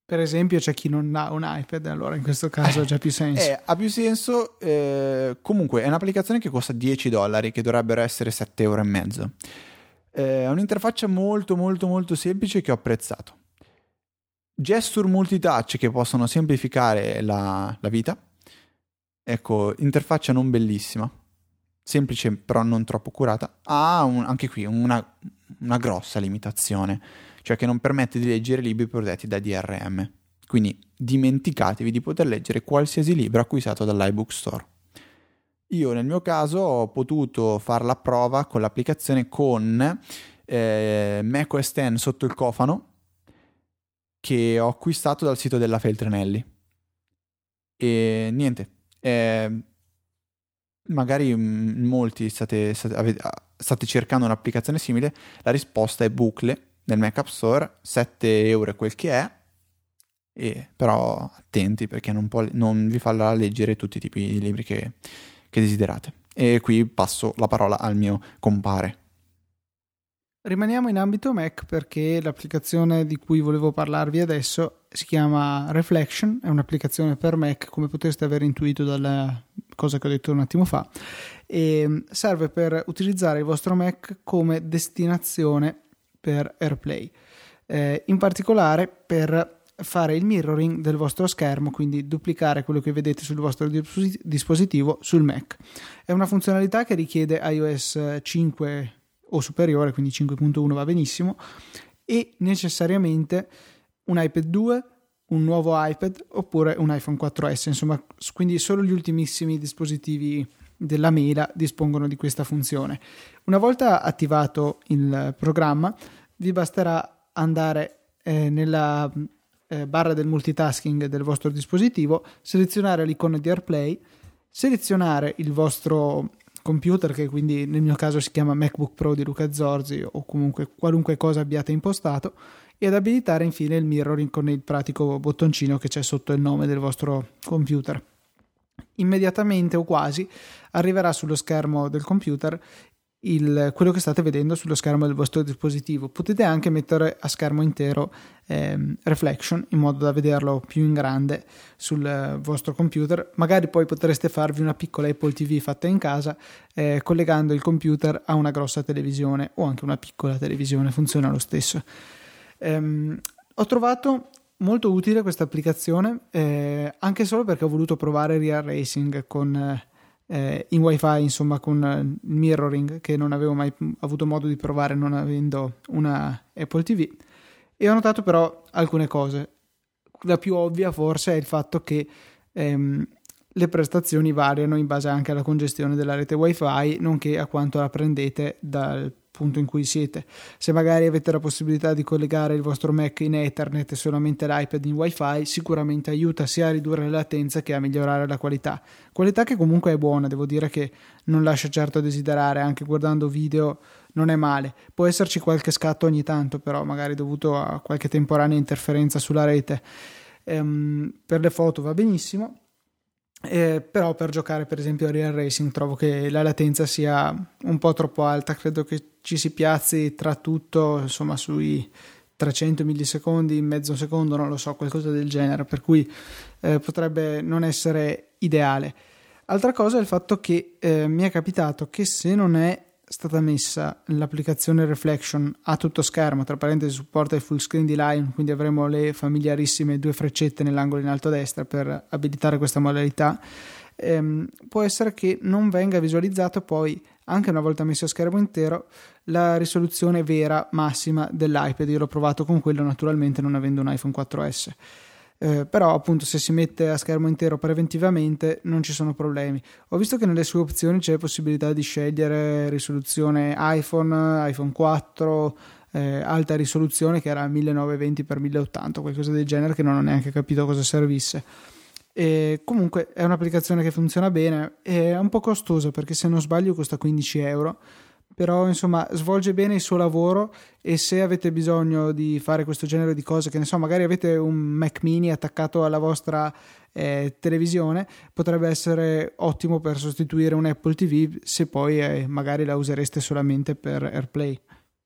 Per esempio c'è chi non ha un iPad, allora in questo caso ha già più senso.
Ha più senso, comunque è un'applicazione che costa $10, che dovrebbero essere 7,50 euro. È un'interfaccia molto molto molto semplice che ho apprezzato. Gesture multitouch che possono semplificare la vita. Ecco, interfaccia non bellissima, semplice però non troppo curata. Ha anche qui una grossa limitazione, cioè che non permette di leggere libri protetti da DRM. Quindi dimenticatevi di poter leggere qualsiasi libro acquistato dall'iBook Store. Io nel mio caso ho potuto fare la prova con l'applicazione con macOS X sotto il cofano, che ho acquistato dal sito della Feltrinelli. E niente, magari molti state cercando un'applicazione simile. La risposta è Bucle nel Mac App Store, 7 euro è quel che è, però attenti perché non vi farà leggere tutti i tipi di libri che desiderate. E qui passo la parola al mio compare.
Rimaniamo in ambito Mac perché l'applicazione di cui volevo parlarvi adesso si chiama Reflection, è un'applicazione per Mac, come potreste aver intuito dalla cosa che ho detto un attimo fa, e serve per utilizzare il vostro Mac come destinazione per AirPlay, in particolare per fare il mirroring del vostro schermo, quindi duplicare quello che vedete sul vostro dispositivo sul Mac. È una funzionalità che richiede iOS 5 o superiore, quindi 5.1 va benissimo, e necessariamente un iPad 2, un nuovo iPad oppure un iPhone 4S, insomma, quindi solo gli ultimissimi dispositivi della mela dispongono di questa funzione. Una volta attivato il programma, vi basterà andare nella barra del multitasking del vostro dispositivo, selezionare l'icona di AirPlay, selezionare il vostro computer, che quindi nel mio caso si chiama MacBook Pro di Luca Zorzi, o comunque qualunque cosa abbiate impostato, e ad abilitare infine il mirroring con il pratico bottoncino che c'è sotto il nome del vostro computer. Immediatamente o quasi arriverà sullo schermo del computer quello che state vedendo sullo schermo del vostro dispositivo. Potete anche mettere a schermo intero Reflection in modo da vederlo più in grande sul vostro computer. Magari poi potreste farvi una piccola Apple TV fatta in casa, collegando il computer a una grossa televisione o anche una piccola televisione, funziona lo stesso. Ho trovato molto utile questa applicazione, anche solo perché ho voluto provare Real Racing in wifi, insomma, con il mirroring, che non avevo mai avuto modo di provare non avendo una Apple TV, e ho notato però alcune cose. La più ovvia forse è il fatto che le prestazioni variano in base anche alla congestione della rete wifi, nonché a quanto la prendete dal punto in cui siete. Se magari avete la possibilità di collegare il vostro Mac in Ethernet e solamente l'iPad in wifi, sicuramente aiuta sia a ridurre la latenza che a migliorare la qualità che comunque è buona. Devo dire che non lascia certo a desiderare, anche guardando video non è male. Può esserci qualche scatto ogni tanto, però magari dovuto a qualche temporanea interferenza sulla rete. Per le foto va benissimo, però per giocare per esempio a Real Racing trovo che la latenza sia un po' troppo alta. Credo che ci si piazzi tra tutto, insomma, sui 300 millisecondi, mezzo secondo, non lo so, qualcosa del genere, per cui potrebbe non essere ideale. Altra cosa è il fatto che mi è capitato che se non è stata messa l'applicazione Reflection a tutto schermo, tra parentesi supporta il full screen di Lion, quindi avremo le familiarissime 2 freccette nell'angolo in alto a destra per abilitare questa modalità, può essere che non venga visualizzato poi, anche una volta messo a schermo intero, la risoluzione vera massima dell'iPad. Io l'ho provato con quello, naturalmente, non avendo un iPhone 4S. Però appunto se si mette a schermo intero preventivamente non ci sono problemi. Ho visto che nelle sue opzioni c'è possibilità di scegliere risoluzione iPhone 4, alta risoluzione, che era 1920x1080, qualcosa del genere, che non ho neanche capito cosa servisse. E comunque è un'applicazione che funziona bene, è un po' costosa perché se non sbaglio costa 15 euro, però insomma svolge bene il suo lavoro, e se avete bisogno di fare questo genere di cose, che ne so, magari avete un Mac mini attaccato alla vostra televisione, potrebbe essere ottimo per sostituire un Apple TV, se poi magari la usereste solamente per AirPlay.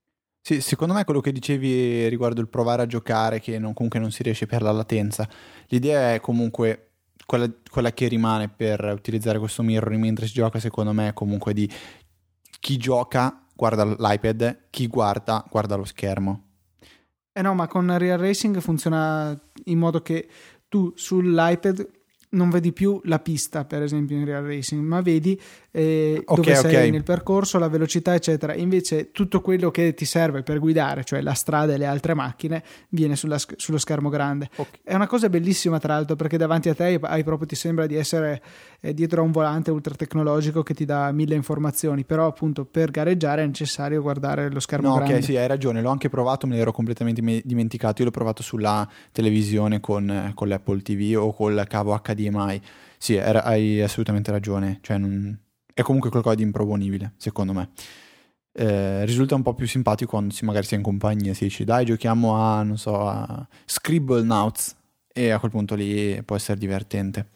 Sì, secondo me quello che dicevi riguardo il provare a giocare, che comunque non si riesce per la latenza, l'idea è comunque quella che rimane per utilizzare questo mirroring mentre si gioca, secondo me è comunque di chi gioca guarda l'iPad, chi guarda lo schermo.
Eh no, ma con Real Racing funziona in modo che tu sull'iPad non vedi più la pista, per esempio in Real Racing, ma vedi dove sei nel percorso, la velocità, eccetera. Invece tutto quello che ti serve per guidare, cioè la strada e le altre macchine, viene sullo schermo grande.
Okay.
È una cosa bellissima, tra l'altro, perché davanti a te ti sembra di essere dietro a un volante ultra tecnologico che ti dà 1000 informazioni, però appunto per gareggiare è necessario guardare lo schermo grande.
Ok, sì, hai ragione, l'ho anche provato, me l'ero completamente dimenticato. Io l'ho provato sulla televisione con l'Apple TV o col cavo HDMI. Sì, hai assolutamente ragione, cioè è comunque qualcosa di improponibile, secondo me. Risulta un po' più simpatico quando magari si è in compagnia, si dice dai giochiamo a, non so, a Scribblenauts, e a quel punto lì può essere divertente.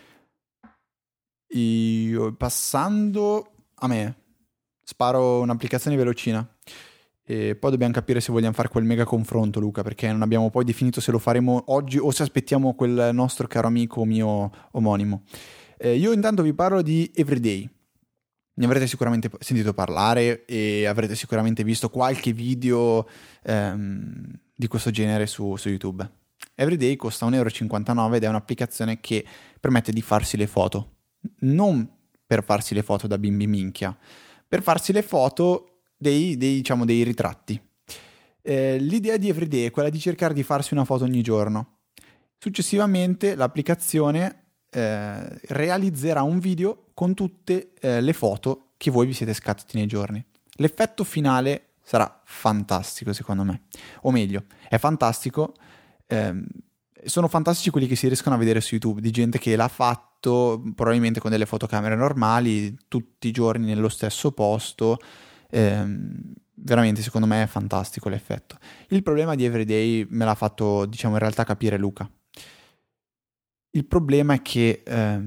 Passando a me, sparo un'applicazione velocina e poi dobbiamo capire se vogliamo fare quel mega confronto, Luca, perché non abbiamo poi definito se lo faremo oggi o se aspettiamo quel nostro caro amico mio omonimo. Io intanto vi parlo di Everyday. Ne avrete sicuramente sentito parlare e avrete sicuramente visto qualche video di questo genere su YouTube. Everyday costa 1,59 € ed è un'applicazione che permette di farsi le foto. Non per farsi le foto da bimbi minchia, per farsi le foto dei ritratti. L'idea di Everyday è quella di cercare di farsi una foto ogni giorno. Successivamente l'applicazione realizzerà un video con tutte le foto che voi vi siete scattati nei giorni. L'effetto finale sarà fantastico, secondo me. O meglio, è fantastico. Sono fantastici quelli che si riescono a vedere su YouTube, di gente che l'ha fatto probabilmente con delle fotocamere normali, tutti i giorni nello stesso posto. Veramente, secondo me è fantastico l'effetto. Il problema di Everyday me l'ha fatto, diciamo, in realtà capire Luca. Il problema è che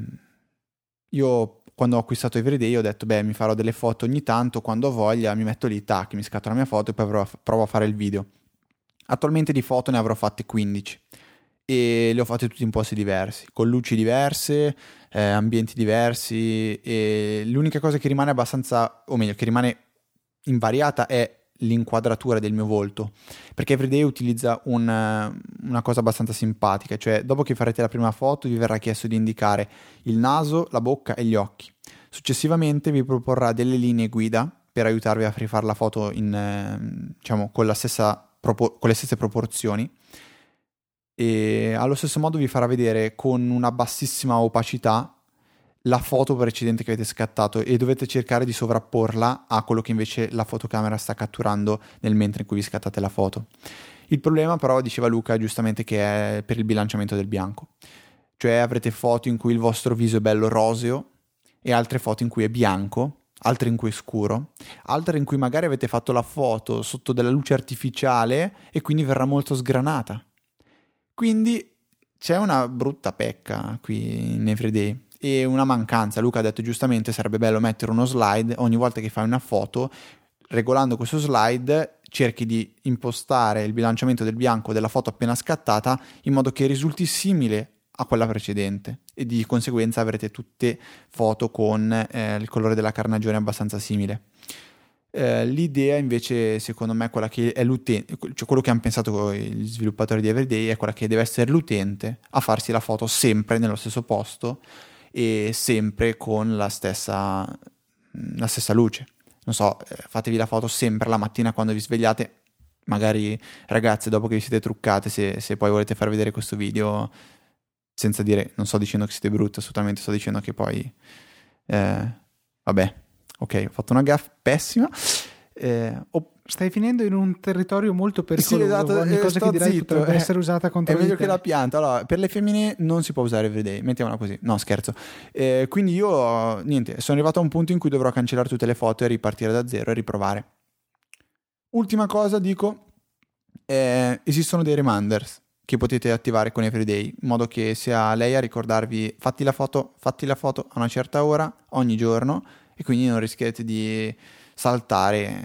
io quando ho acquistato Everyday ho detto mi farò delle foto ogni tanto, quando ho voglia mi metto lì, tac, mi scatto la mia foto e poi provo a fare il video. Attualmente di foto ne avrò fatte 15 e le ho fatte tutte in posti diversi, con luci diverse, ambienti diversi, e l'unica cosa che rimane abbastanza, o meglio che rimane invariata è l'inquadratura del mio volto, perché Everyday utilizza una cosa abbastanza simpatica, cioè dopo che farete la prima foto vi verrà chiesto di indicare il naso, la bocca e gli occhi. Successivamente vi proporrà delle linee guida per aiutarvi a rifare la foto diciamo con le stesse proporzioni, e allo stesso modo vi farà vedere con una bassissima opacità la foto precedente che avete scattato e dovete cercare di sovrapporla a quello che invece la fotocamera sta catturando nel mentre in cui vi scattate la foto. Il problema però, diceva Luca giustamente, che è per il bilanciamento del bianco, cioè avrete foto in cui il vostro viso è bello roseo e altre foto in cui è bianco, altre in cui è scuro, altre in cui magari avete fatto la foto sotto della luce artificiale e quindi verrà molto sgranata. Quindi c'è una brutta pecca qui in Everyday e una mancanza. Luca ha detto giustamente sarebbe bello mettere uno slide ogni volta che fai una foto. Regolando questo slide cerchi di impostare il bilanciamento del bianco della foto appena scattata in modo che risulti simile a quella precedente e di conseguenza avrete tutte foto con il colore della carnagione abbastanza simile. L'idea invece secondo me è quella che è l'utente, cioè quello che hanno pensato gli sviluppatori di Everyday è quella che deve essere l'utente a farsi la foto sempre nello stesso posto e sempre con la stessa luce. Non so, fatevi la foto sempre la mattina quando vi svegliate, magari ragazze dopo che vi siete truccate, se poi volete far vedere questo video, senza dire, non sto dicendo che siete brutte, assolutamente sto dicendo che poi vabbè, ok, ho fatto una gaffe pessima.
Stai finendo in un territorio molto pericoloso.
Sì, esatto,
ogni cosa che dirai
zitto,
potrebbe essere usata contro
è meglio
di te.
che la pianta. Allora, per le femmine non si può usare Everyday, mettiamola così. No, scherzo. Quindi io, niente, sono arrivato a un punto in cui dovrò cancellare tutte le foto e ripartire da zero e riprovare. Ultima cosa, dico, esistono dei reminders che potete attivare con Everyday, in modo che sia lei a ricordarvi fatti la foto a una certa ora ogni giorno, e quindi non rischierete di saltare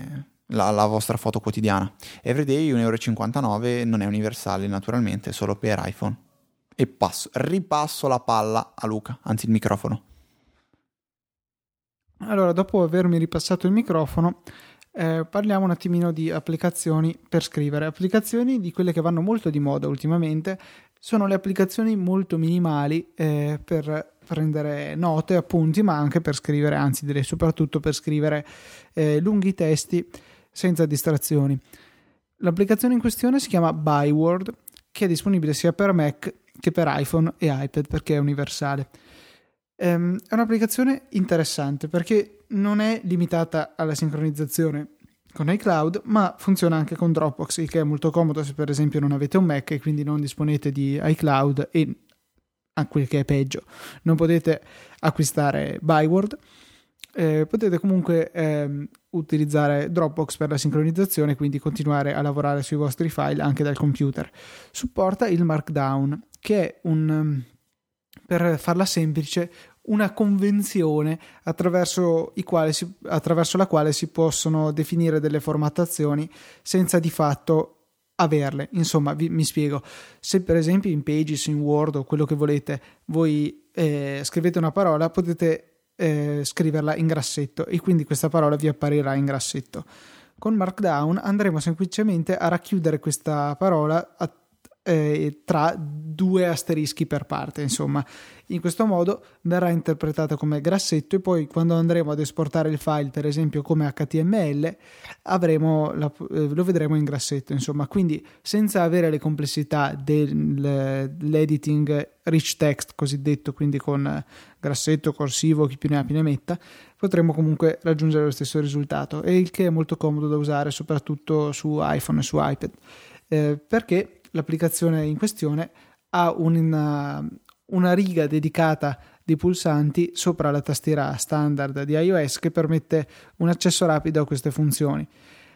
la vostra foto quotidiana. Everyday 1,59 €, non è universale naturalmente, è solo per iPhone. E ripasso la palla a Luca, anzi il microfono.
Allora, dopo avermi ripassato il microfono, parliamo un attimino di applicazioni per scrivere. Applicazioni di quelle che vanno molto di moda ultimamente sono le applicazioni molto minimali per prendere note, appunti, ma anche per scrivere, anzi direi soprattutto per scrivere lunghi testi senza distrazioni. L'applicazione in questione si chiama Byword, che è disponibile sia per Mac che per iPhone e iPad perché è universale. È un'applicazione interessante perché non è limitata alla sincronizzazione con iCloud, ma funziona anche con Dropbox, il che è molto comodo se per esempio non avete un Mac e quindi non disponete di iCloud e, a quel che è peggio, non potete acquistare Byword. Potete comunque utilizzare Dropbox per la sincronizzazione, quindi continuare a lavorare sui vostri file anche dal computer. Supporta il Markdown, che è per farla semplice, una convenzione attraverso la quale si possono definire delle formattazioni senza di fatto averle. Insomma, mi spiego. Se per esempio in Pages, in Word o quello che volete, voi scrivete una parola, potete scriverla in grassetto e quindi questa parola vi apparirà in grassetto. Con Markdown andremo semplicemente a racchiudere questa parola tra due asterischi per parte. Insomma, in questo modo verrà interpretata come grassetto e poi quando andremo ad esportare il file, per esempio come HTML, lo vedremo in grassetto. Insomma, quindi senza avere le complessità dell'editing rich text cosiddetto, quindi con grassetto, corsivo, chi più ne ha più ne metta, potremo comunque raggiungere lo stesso risultato, e il che è molto comodo da usare soprattutto su iPhone e su iPad, perché l'applicazione in questione ha una riga dedicata di pulsanti sopra la tastiera standard di iOS che permette un accesso rapido a queste funzioni.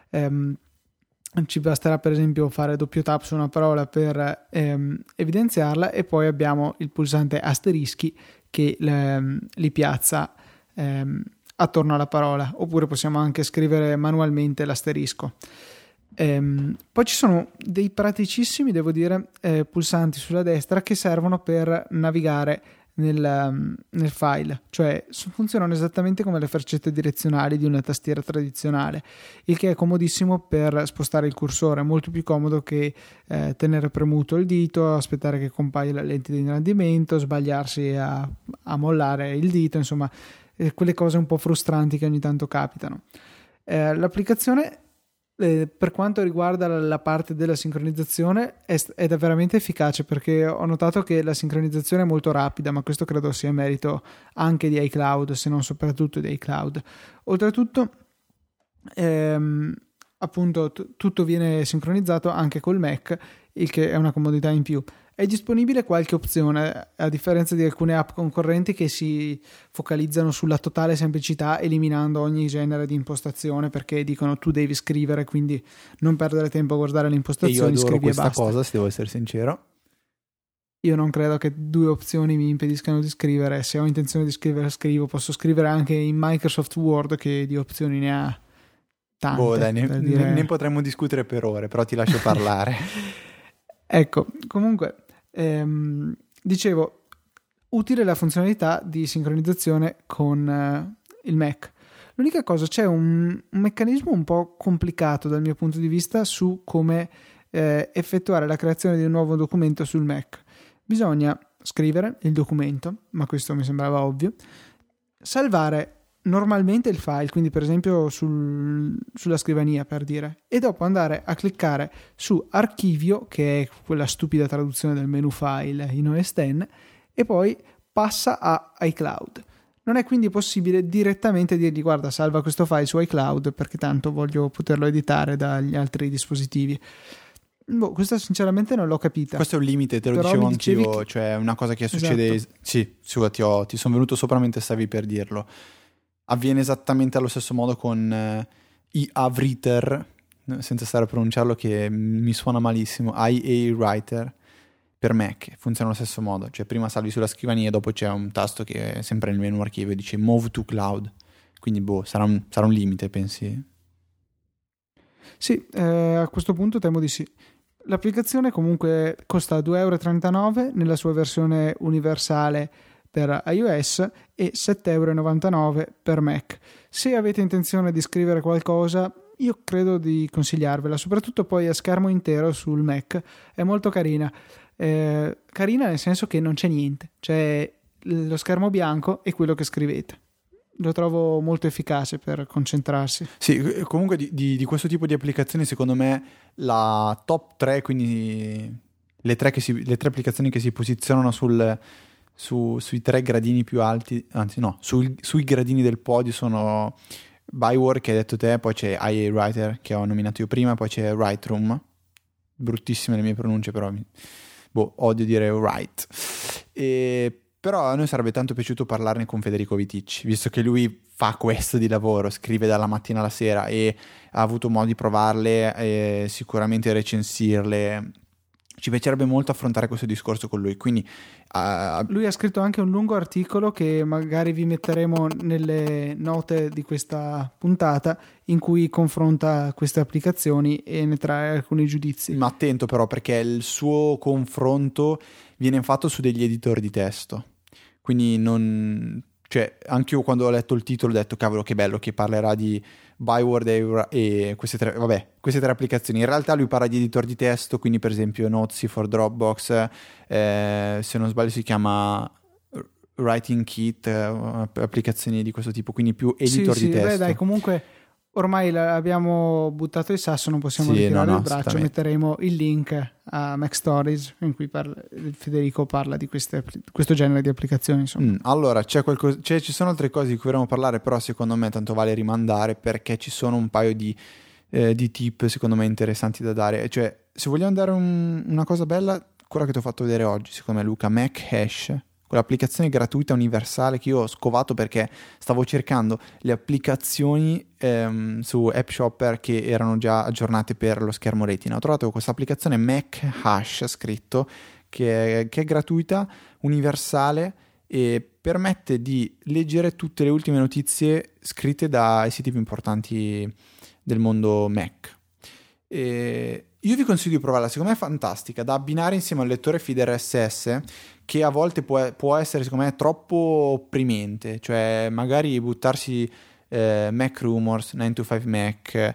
Ci basterà per esempio fare doppio tap su una parola per evidenziarla e poi abbiamo il pulsante asterischi che li piazza attorno alla parola, oppure possiamo anche scrivere manualmente l'asterisco. Poi ci sono dei praticissimi, devo dire, pulsanti sulla destra che servono per navigare nel file, cioè funzionano esattamente come le freccette direzionali di una tastiera tradizionale, il che è comodissimo per spostare il cursore, molto più comodo che tenere premuto il dito, aspettare che compaia la lente di ingrandimento, sbagliarsi a mollare il dito, insomma quelle cose un po' frustranti che ogni tanto capitano. L'applicazione per quanto riguarda la parte della sincronizzazione è veramente efficace, perché ho notato che la sincronizzazione è molto rapida, ma questo credo sia merito anche di iCloud, se non soprattutto di iCloud. Oltretutto appunto tutto viene sincronizzato anche col Mac, il che è una comodità in più. È disponibile qualche opzione, a differenza di alcune app concorrenti che si focalizzano sulla totale semplicità, eliminando ogni genere di impostazione, perché dicono tu devi scrivere, quindi non perdere tempo a guardare le impostazioni,
scrivi e basta. Io adoro questa cosa, se devo essere sincero.
Io non credo che due opzioni mi impediscano di scrivere. Se ho intenzione di scrivere, scrivo. Posso scrivere anche in Microsoft Word, che di opzioni ne ha tante.
Dai, ne potremmo discutere per ore, però ti lascio parlare.
Ecco, comunque, dicevo, utile la funzionalità di sincronizzazione con il Mac. L'unica cosa, c'è un meccanismo un po' complicato dal mio punto di vista su come effettuare la creazione di un nuovo documento sul Mac. Bisogna scrivere il documento, ma questo mi sembrava ovvio, salvare normalmente il file, quindi per esempio sulla scrivania, per dire, e dopo andare a cliccare su archivio, che è quella stupida traduzione del menu file in OS X, e poi passa a iCloud. Non è quindi possibile direttamente dirgli guarda, salva questo file su iCloud perché tanto voglio poterlo editare dagli altri dispositivi. Questa sinceramente non l'ho capita.
Questo è un limite, te lo
però
dicevo anch'io, cioè una cosa che succede.
Esatto.
Sì, ti sono venuto sopra mentre stavi per dirlo. Avviene esattamente allo stesso modo con iAwriter, senza stare a pronunciarlo che mi suona malissimo, iAwriter per Mac, funziona allo stesso modo, cioè prima salvi sulla scrivania e dopo c'è un tasto che è sempre nel menu archivio e dice Move to Cloud, quindi sarà un limite, pensi?
Sì, a questo punto temo di sì. L'applicazione comunque costa 2,39 € nella sua versione universale per iOS e 7,99 € per Mac. Se avete intenzione di scrivere qualcosa, io credo di consigliarvela, soprattutto poi a schermo intero sul Mac. È molto carina. Carina nel senso che non c'è niente, c'è lo schermo bianco e quello che scrivete. Lo trovo molto efficace per concentrarsi.
Sì, comunque di questo tipo di applicazioni secondo me la top 3, quindi le tre applicazioni che si posizionano sui 3 gradini più alti, anzi no, sui gradini del podio sono Byword che hai detto te, poi c'è IA Writer che ho nominato io prima, poi c'è Writeroom, bruttissime le mie pronunce però odio dire write. Però a noi sarebbe tanto piaciuto parlarne con Federico Viticci, visto che lui fa questo di lavoro, scrive dalla mattina alla sera e ha avuto modo di provarle e sicuramente recensirle. Ci piacerebbe molto affrontare questo discorso con lui, quindi
lui ha scritto anche un lungo articolo che magari vi metteremo nelle note di questa puntata, in cui confronta queste applicazioni e ne trae alcuni giudizi.
Ma attento però, perché il suo confronto viene fatto su degli editor di testo, quindi non... Cioè, anche io quando ho letto il titolo ho detto cavolo che bello che parlerà di Byword e queste tre applicazioni. In realtà lui parla di editor di testo, quindi per esempio Notesy for Dropbox, se non sbaglio si chiama Writing Kit, applicazioni di questo tipo, quindi più editor di testo.
Beh, dai, comunque ormai abbiamo buttato il sasso, non possiamo ritirare il braccio. Metteremo il link a Mac Stories in cui Federico parla di questo genere di applicazioni, insomma.
Allora ci sono altre cose di cui dovremmo parlare, però secondo me tanto vale rimandare, perché ci sono un paio di tip secondo me interessanti da dare. Cioè, se vogliamo dare una cosa bella, quella che ti ho fatto vedere oggi, secondo me, Luca, Mac Hash, quell'applicazione gratuita universale che io ho scovato perché stavo cercando le applicazioni su App Shopper che erano già aggiornate per lo schermo Retina. Ho trovato questa applicazione Mac Hash scritto che è gratuita, universale, e permette di leggere tutte le ultime notizie scritte dai siti più importanti del mondo Mac. Io vi consiglio di provarla, secondo me è fantastica, da abbinare insieme al lettore feed RSS, che a volte può essere secondo me troppo opprimente, cioè magari buttarsi Mac Rumors, 9to5Mac,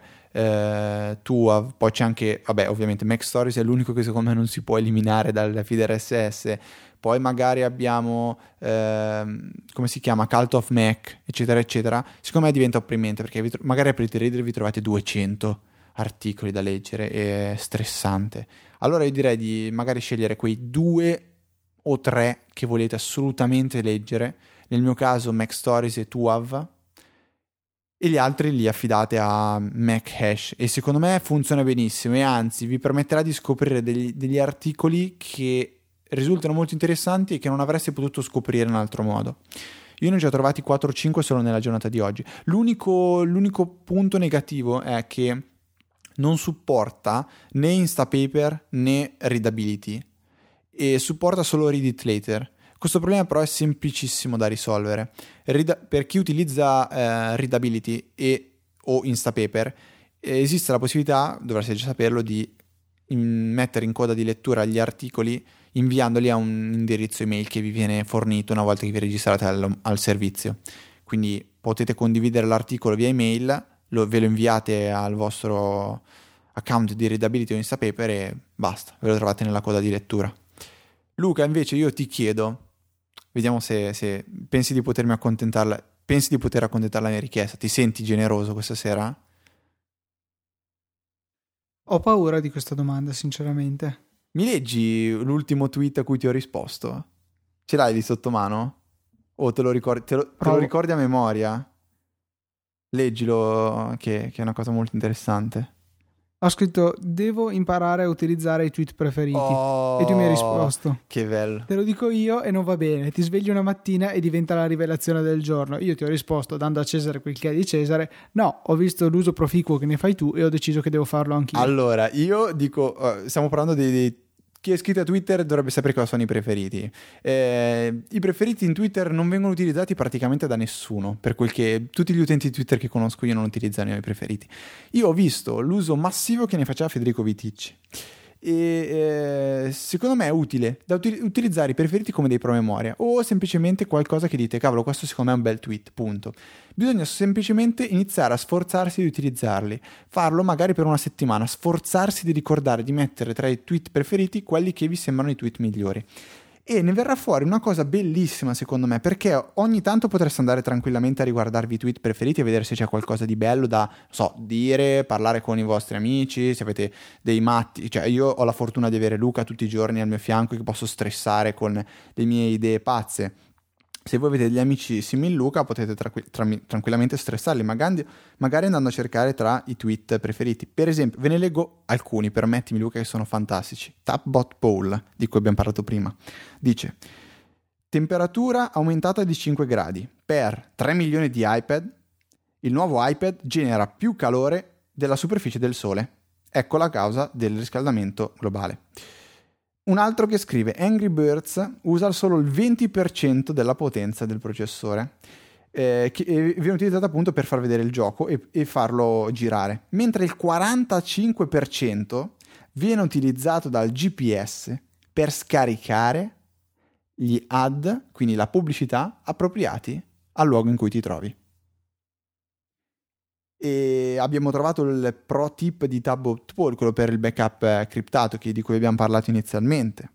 TUAV, poi c'è anche, vabbè, ovviamente Mac Stories è l'unico che secondo me non si può eliminare dal feed RSS, poi magari abbiamo come si chiama, Cult of Mac, eccetera eccetera. Secondo me diventa opprimente perché magari aprite Reader e vi trovate 200 articoli da leggere, è stressante. Allora io direi di magari scegliere quei 2 o 3 che volete assolutamente leggere, nel mio caso Mac Stories e TUAV, e gli altri li affidate a Mac Hash, e secondo me funziona benissimo, e anzi vi permetterà di scoprire degli articoli che risultano molto interessanti e che non avreste potuto scoprire in un altro modo. Io ne ho già trovati 4 o 5 solo nella giornata di oggi. L'unico punto negativo è che non supporta né Instapaper né Readability e supporta solo Read It Later. Questo problema però è semplicissimo da risolvere. Per chi utilizza Readability o Instapaper esiste la possibilità, dovreste già saperlo, di mettere in coda di lettura gli articoli inviandoli a un indirizzo email che vi viene fornito una volta che vi registrate al servizio. Quindi potete condividere l'articolo via email, ve lo inviate al vostro account di Readability o Instapaper e basta, ve lo trovate nella coda di lettura. Luca, invece io ti chiedo, vediamo se pensi di potermi accontentarla, pensi di poter accontentare la mia richiesta, ti senti generoso questa sera?
Ho paura di questa domanda, sinceramente.
Mi leggi l'ultimo tweet a cui ti ho risposto? Ce l'hai lì sotto mano? O te lo ricordi a memoria? Leggilo, che è una cosa molto interessante.
Ho scritto: devo imparare a utilizzare i tweet preferiti. E tu mi hai risposto:
che bello.
Te lo dico io e non va bene. Ti svegli una mattina e diventa la rivelazione del giorno. Io ti ho risposto dando a Cesare quel che è di Cesare. No, ho visto l'uso proficuo che ne fai tu e ho deciso che devo farlo anch'io.
Allora, io dico, stiamo parlando Chi è iscritto a Twitter dovrebbe sapere cosa sono i preferiti. I preferiti in Twitter non vengono utilizzati praticamente da nessuno, per quel che tutti gli utenti di Twitter che conosco io non utilizzano i preferiti. Io ho visto l'uso massivo che ne faceva Federico Viticci. E secondo me è utile da utilizzare i preferiti come dei promemoria o semplicemente qualcosa che dite cavolo, questo secondo me è un bel tweet, punto. Bisogna semplicemente iniziare a sforzarsi di utilizzarli, farlo magari per una settimana, sforzarsi di ricordare di mettere tra i tweet preferiti quelli che vi sembrano i tweet migliori. E ne verrà fuori una cosa bellissima secondo me, perché ogni tanto potreste andare tranquillamente a riguardarvi i tweet preferiti e vedere se c'è qualcosa di bello da, dire, parlare con i vostri amici, se avete dei matti. Cioè io ho la fortuna di avere Luca tutti i giorni al mio fianco che posso stressare con le mie idee pazze. Se voi avete degli amici simili Luca potete tranquillamente stressarli, magari andando a cercare tra i tweet preferiti. Per esempio, ve ne leggo alcuni, permettimi Luca, che sono fantastici. Tapbot Paul, di cui abbiamo parlato prima, dice: temperatura aumentata di 5 gradi. Per 3 milioni di iPad, il nuovo iPad genera più calore della superficie del Sole. Ecco la causa del riscaldamento globale. Un altro che scrive: Angry Birds usa solo il 20% della potenza del processore, che viene utilizzata appunto per far vedere il gioco e farlo girare, mentre il 45% viene utilizzato dal GPS per scaricare gli ad, quindi la pubblicità, appropriati al luogo in cui ti trovi. E abbiamo trovato il pro tip di Tapbot Paul, quello per il backup criptato di cui abbiamo parlato inizialmente.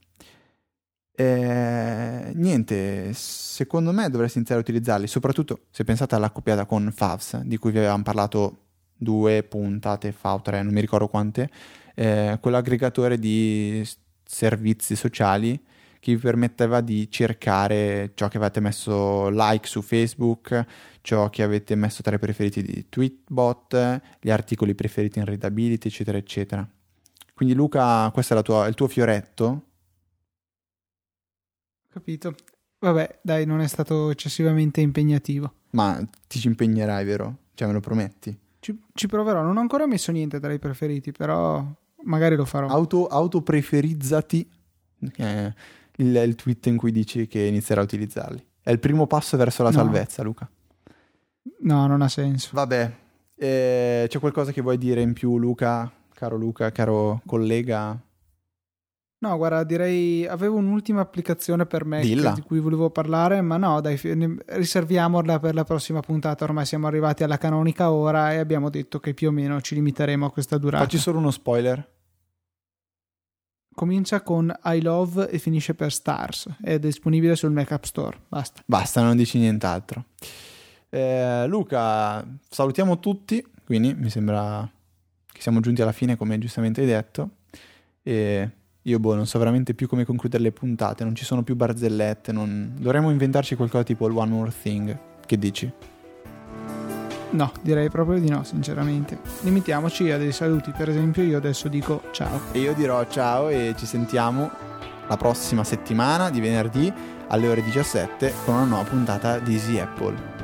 Niente, secondo me dovreste iniziare a utilizzarli, soprattutto se pensate all'accoppiata con Favs, di cui vi avevamo parlato 2 puntate fa o 3, non mi ricordo quante, quell'aggregatore di servizi sociali che vi permetteva di cercare ciò che avete messo like su Facebook, ciò che avete messo tra i preferiti di Tweetbot, gli articoli preferiti in Readability, eccetera, eccetera. Quindi Luca, questo è il tuo fioretto?
Capito. Vabbè, dai, non è stato eccessivamente impegnativo.
Ma ti ci impegnerai, vero? Cioè, me lo prometti?
Ci proverò, non ho ancora messo niente tra i preferiti, però magari lo farò.
Autopreferizzati il tweet in cui dici che inizierai a utilizzarli. È il primo passo verso la salvezza, Luca.
No, non ha senso.
Vabbè, c'è qualcosa che vuoi dire in più, Luca, caro collega?
No, guarda, direi avevo un'ultima applicazione per Mac di cui volevo parlare, ma no, dai, riserviamola per la prossima puntata. Ormai siamo arrivati alla canonica ora e abbiamo detto che più o meno ci limiteremo a questa durata.
Facci solo uno spoiler.
Comincia con I love e finisce per stars. È disponibile sul Mac App Store. Basta,
non dici nient'altro. Luca, salutiamo tutti. Quindi mi sembra che siamo giunti alla fine, come giustamente hai detto. E io non so veramente più come concludere le puntate. Non ci sono più barzellette. Dovremmo inventarci qualcosa tipo il One More Thing. Che dici?
No, direi proprio di no, sinceramente. Limitiamoci a dei saluti. Per esempio, io adesso dico ciao.
E io dirò ciao e ci sentiamo la prossima settimana di venerdì alle ore 17 con una nuova puntata di Easy Apple.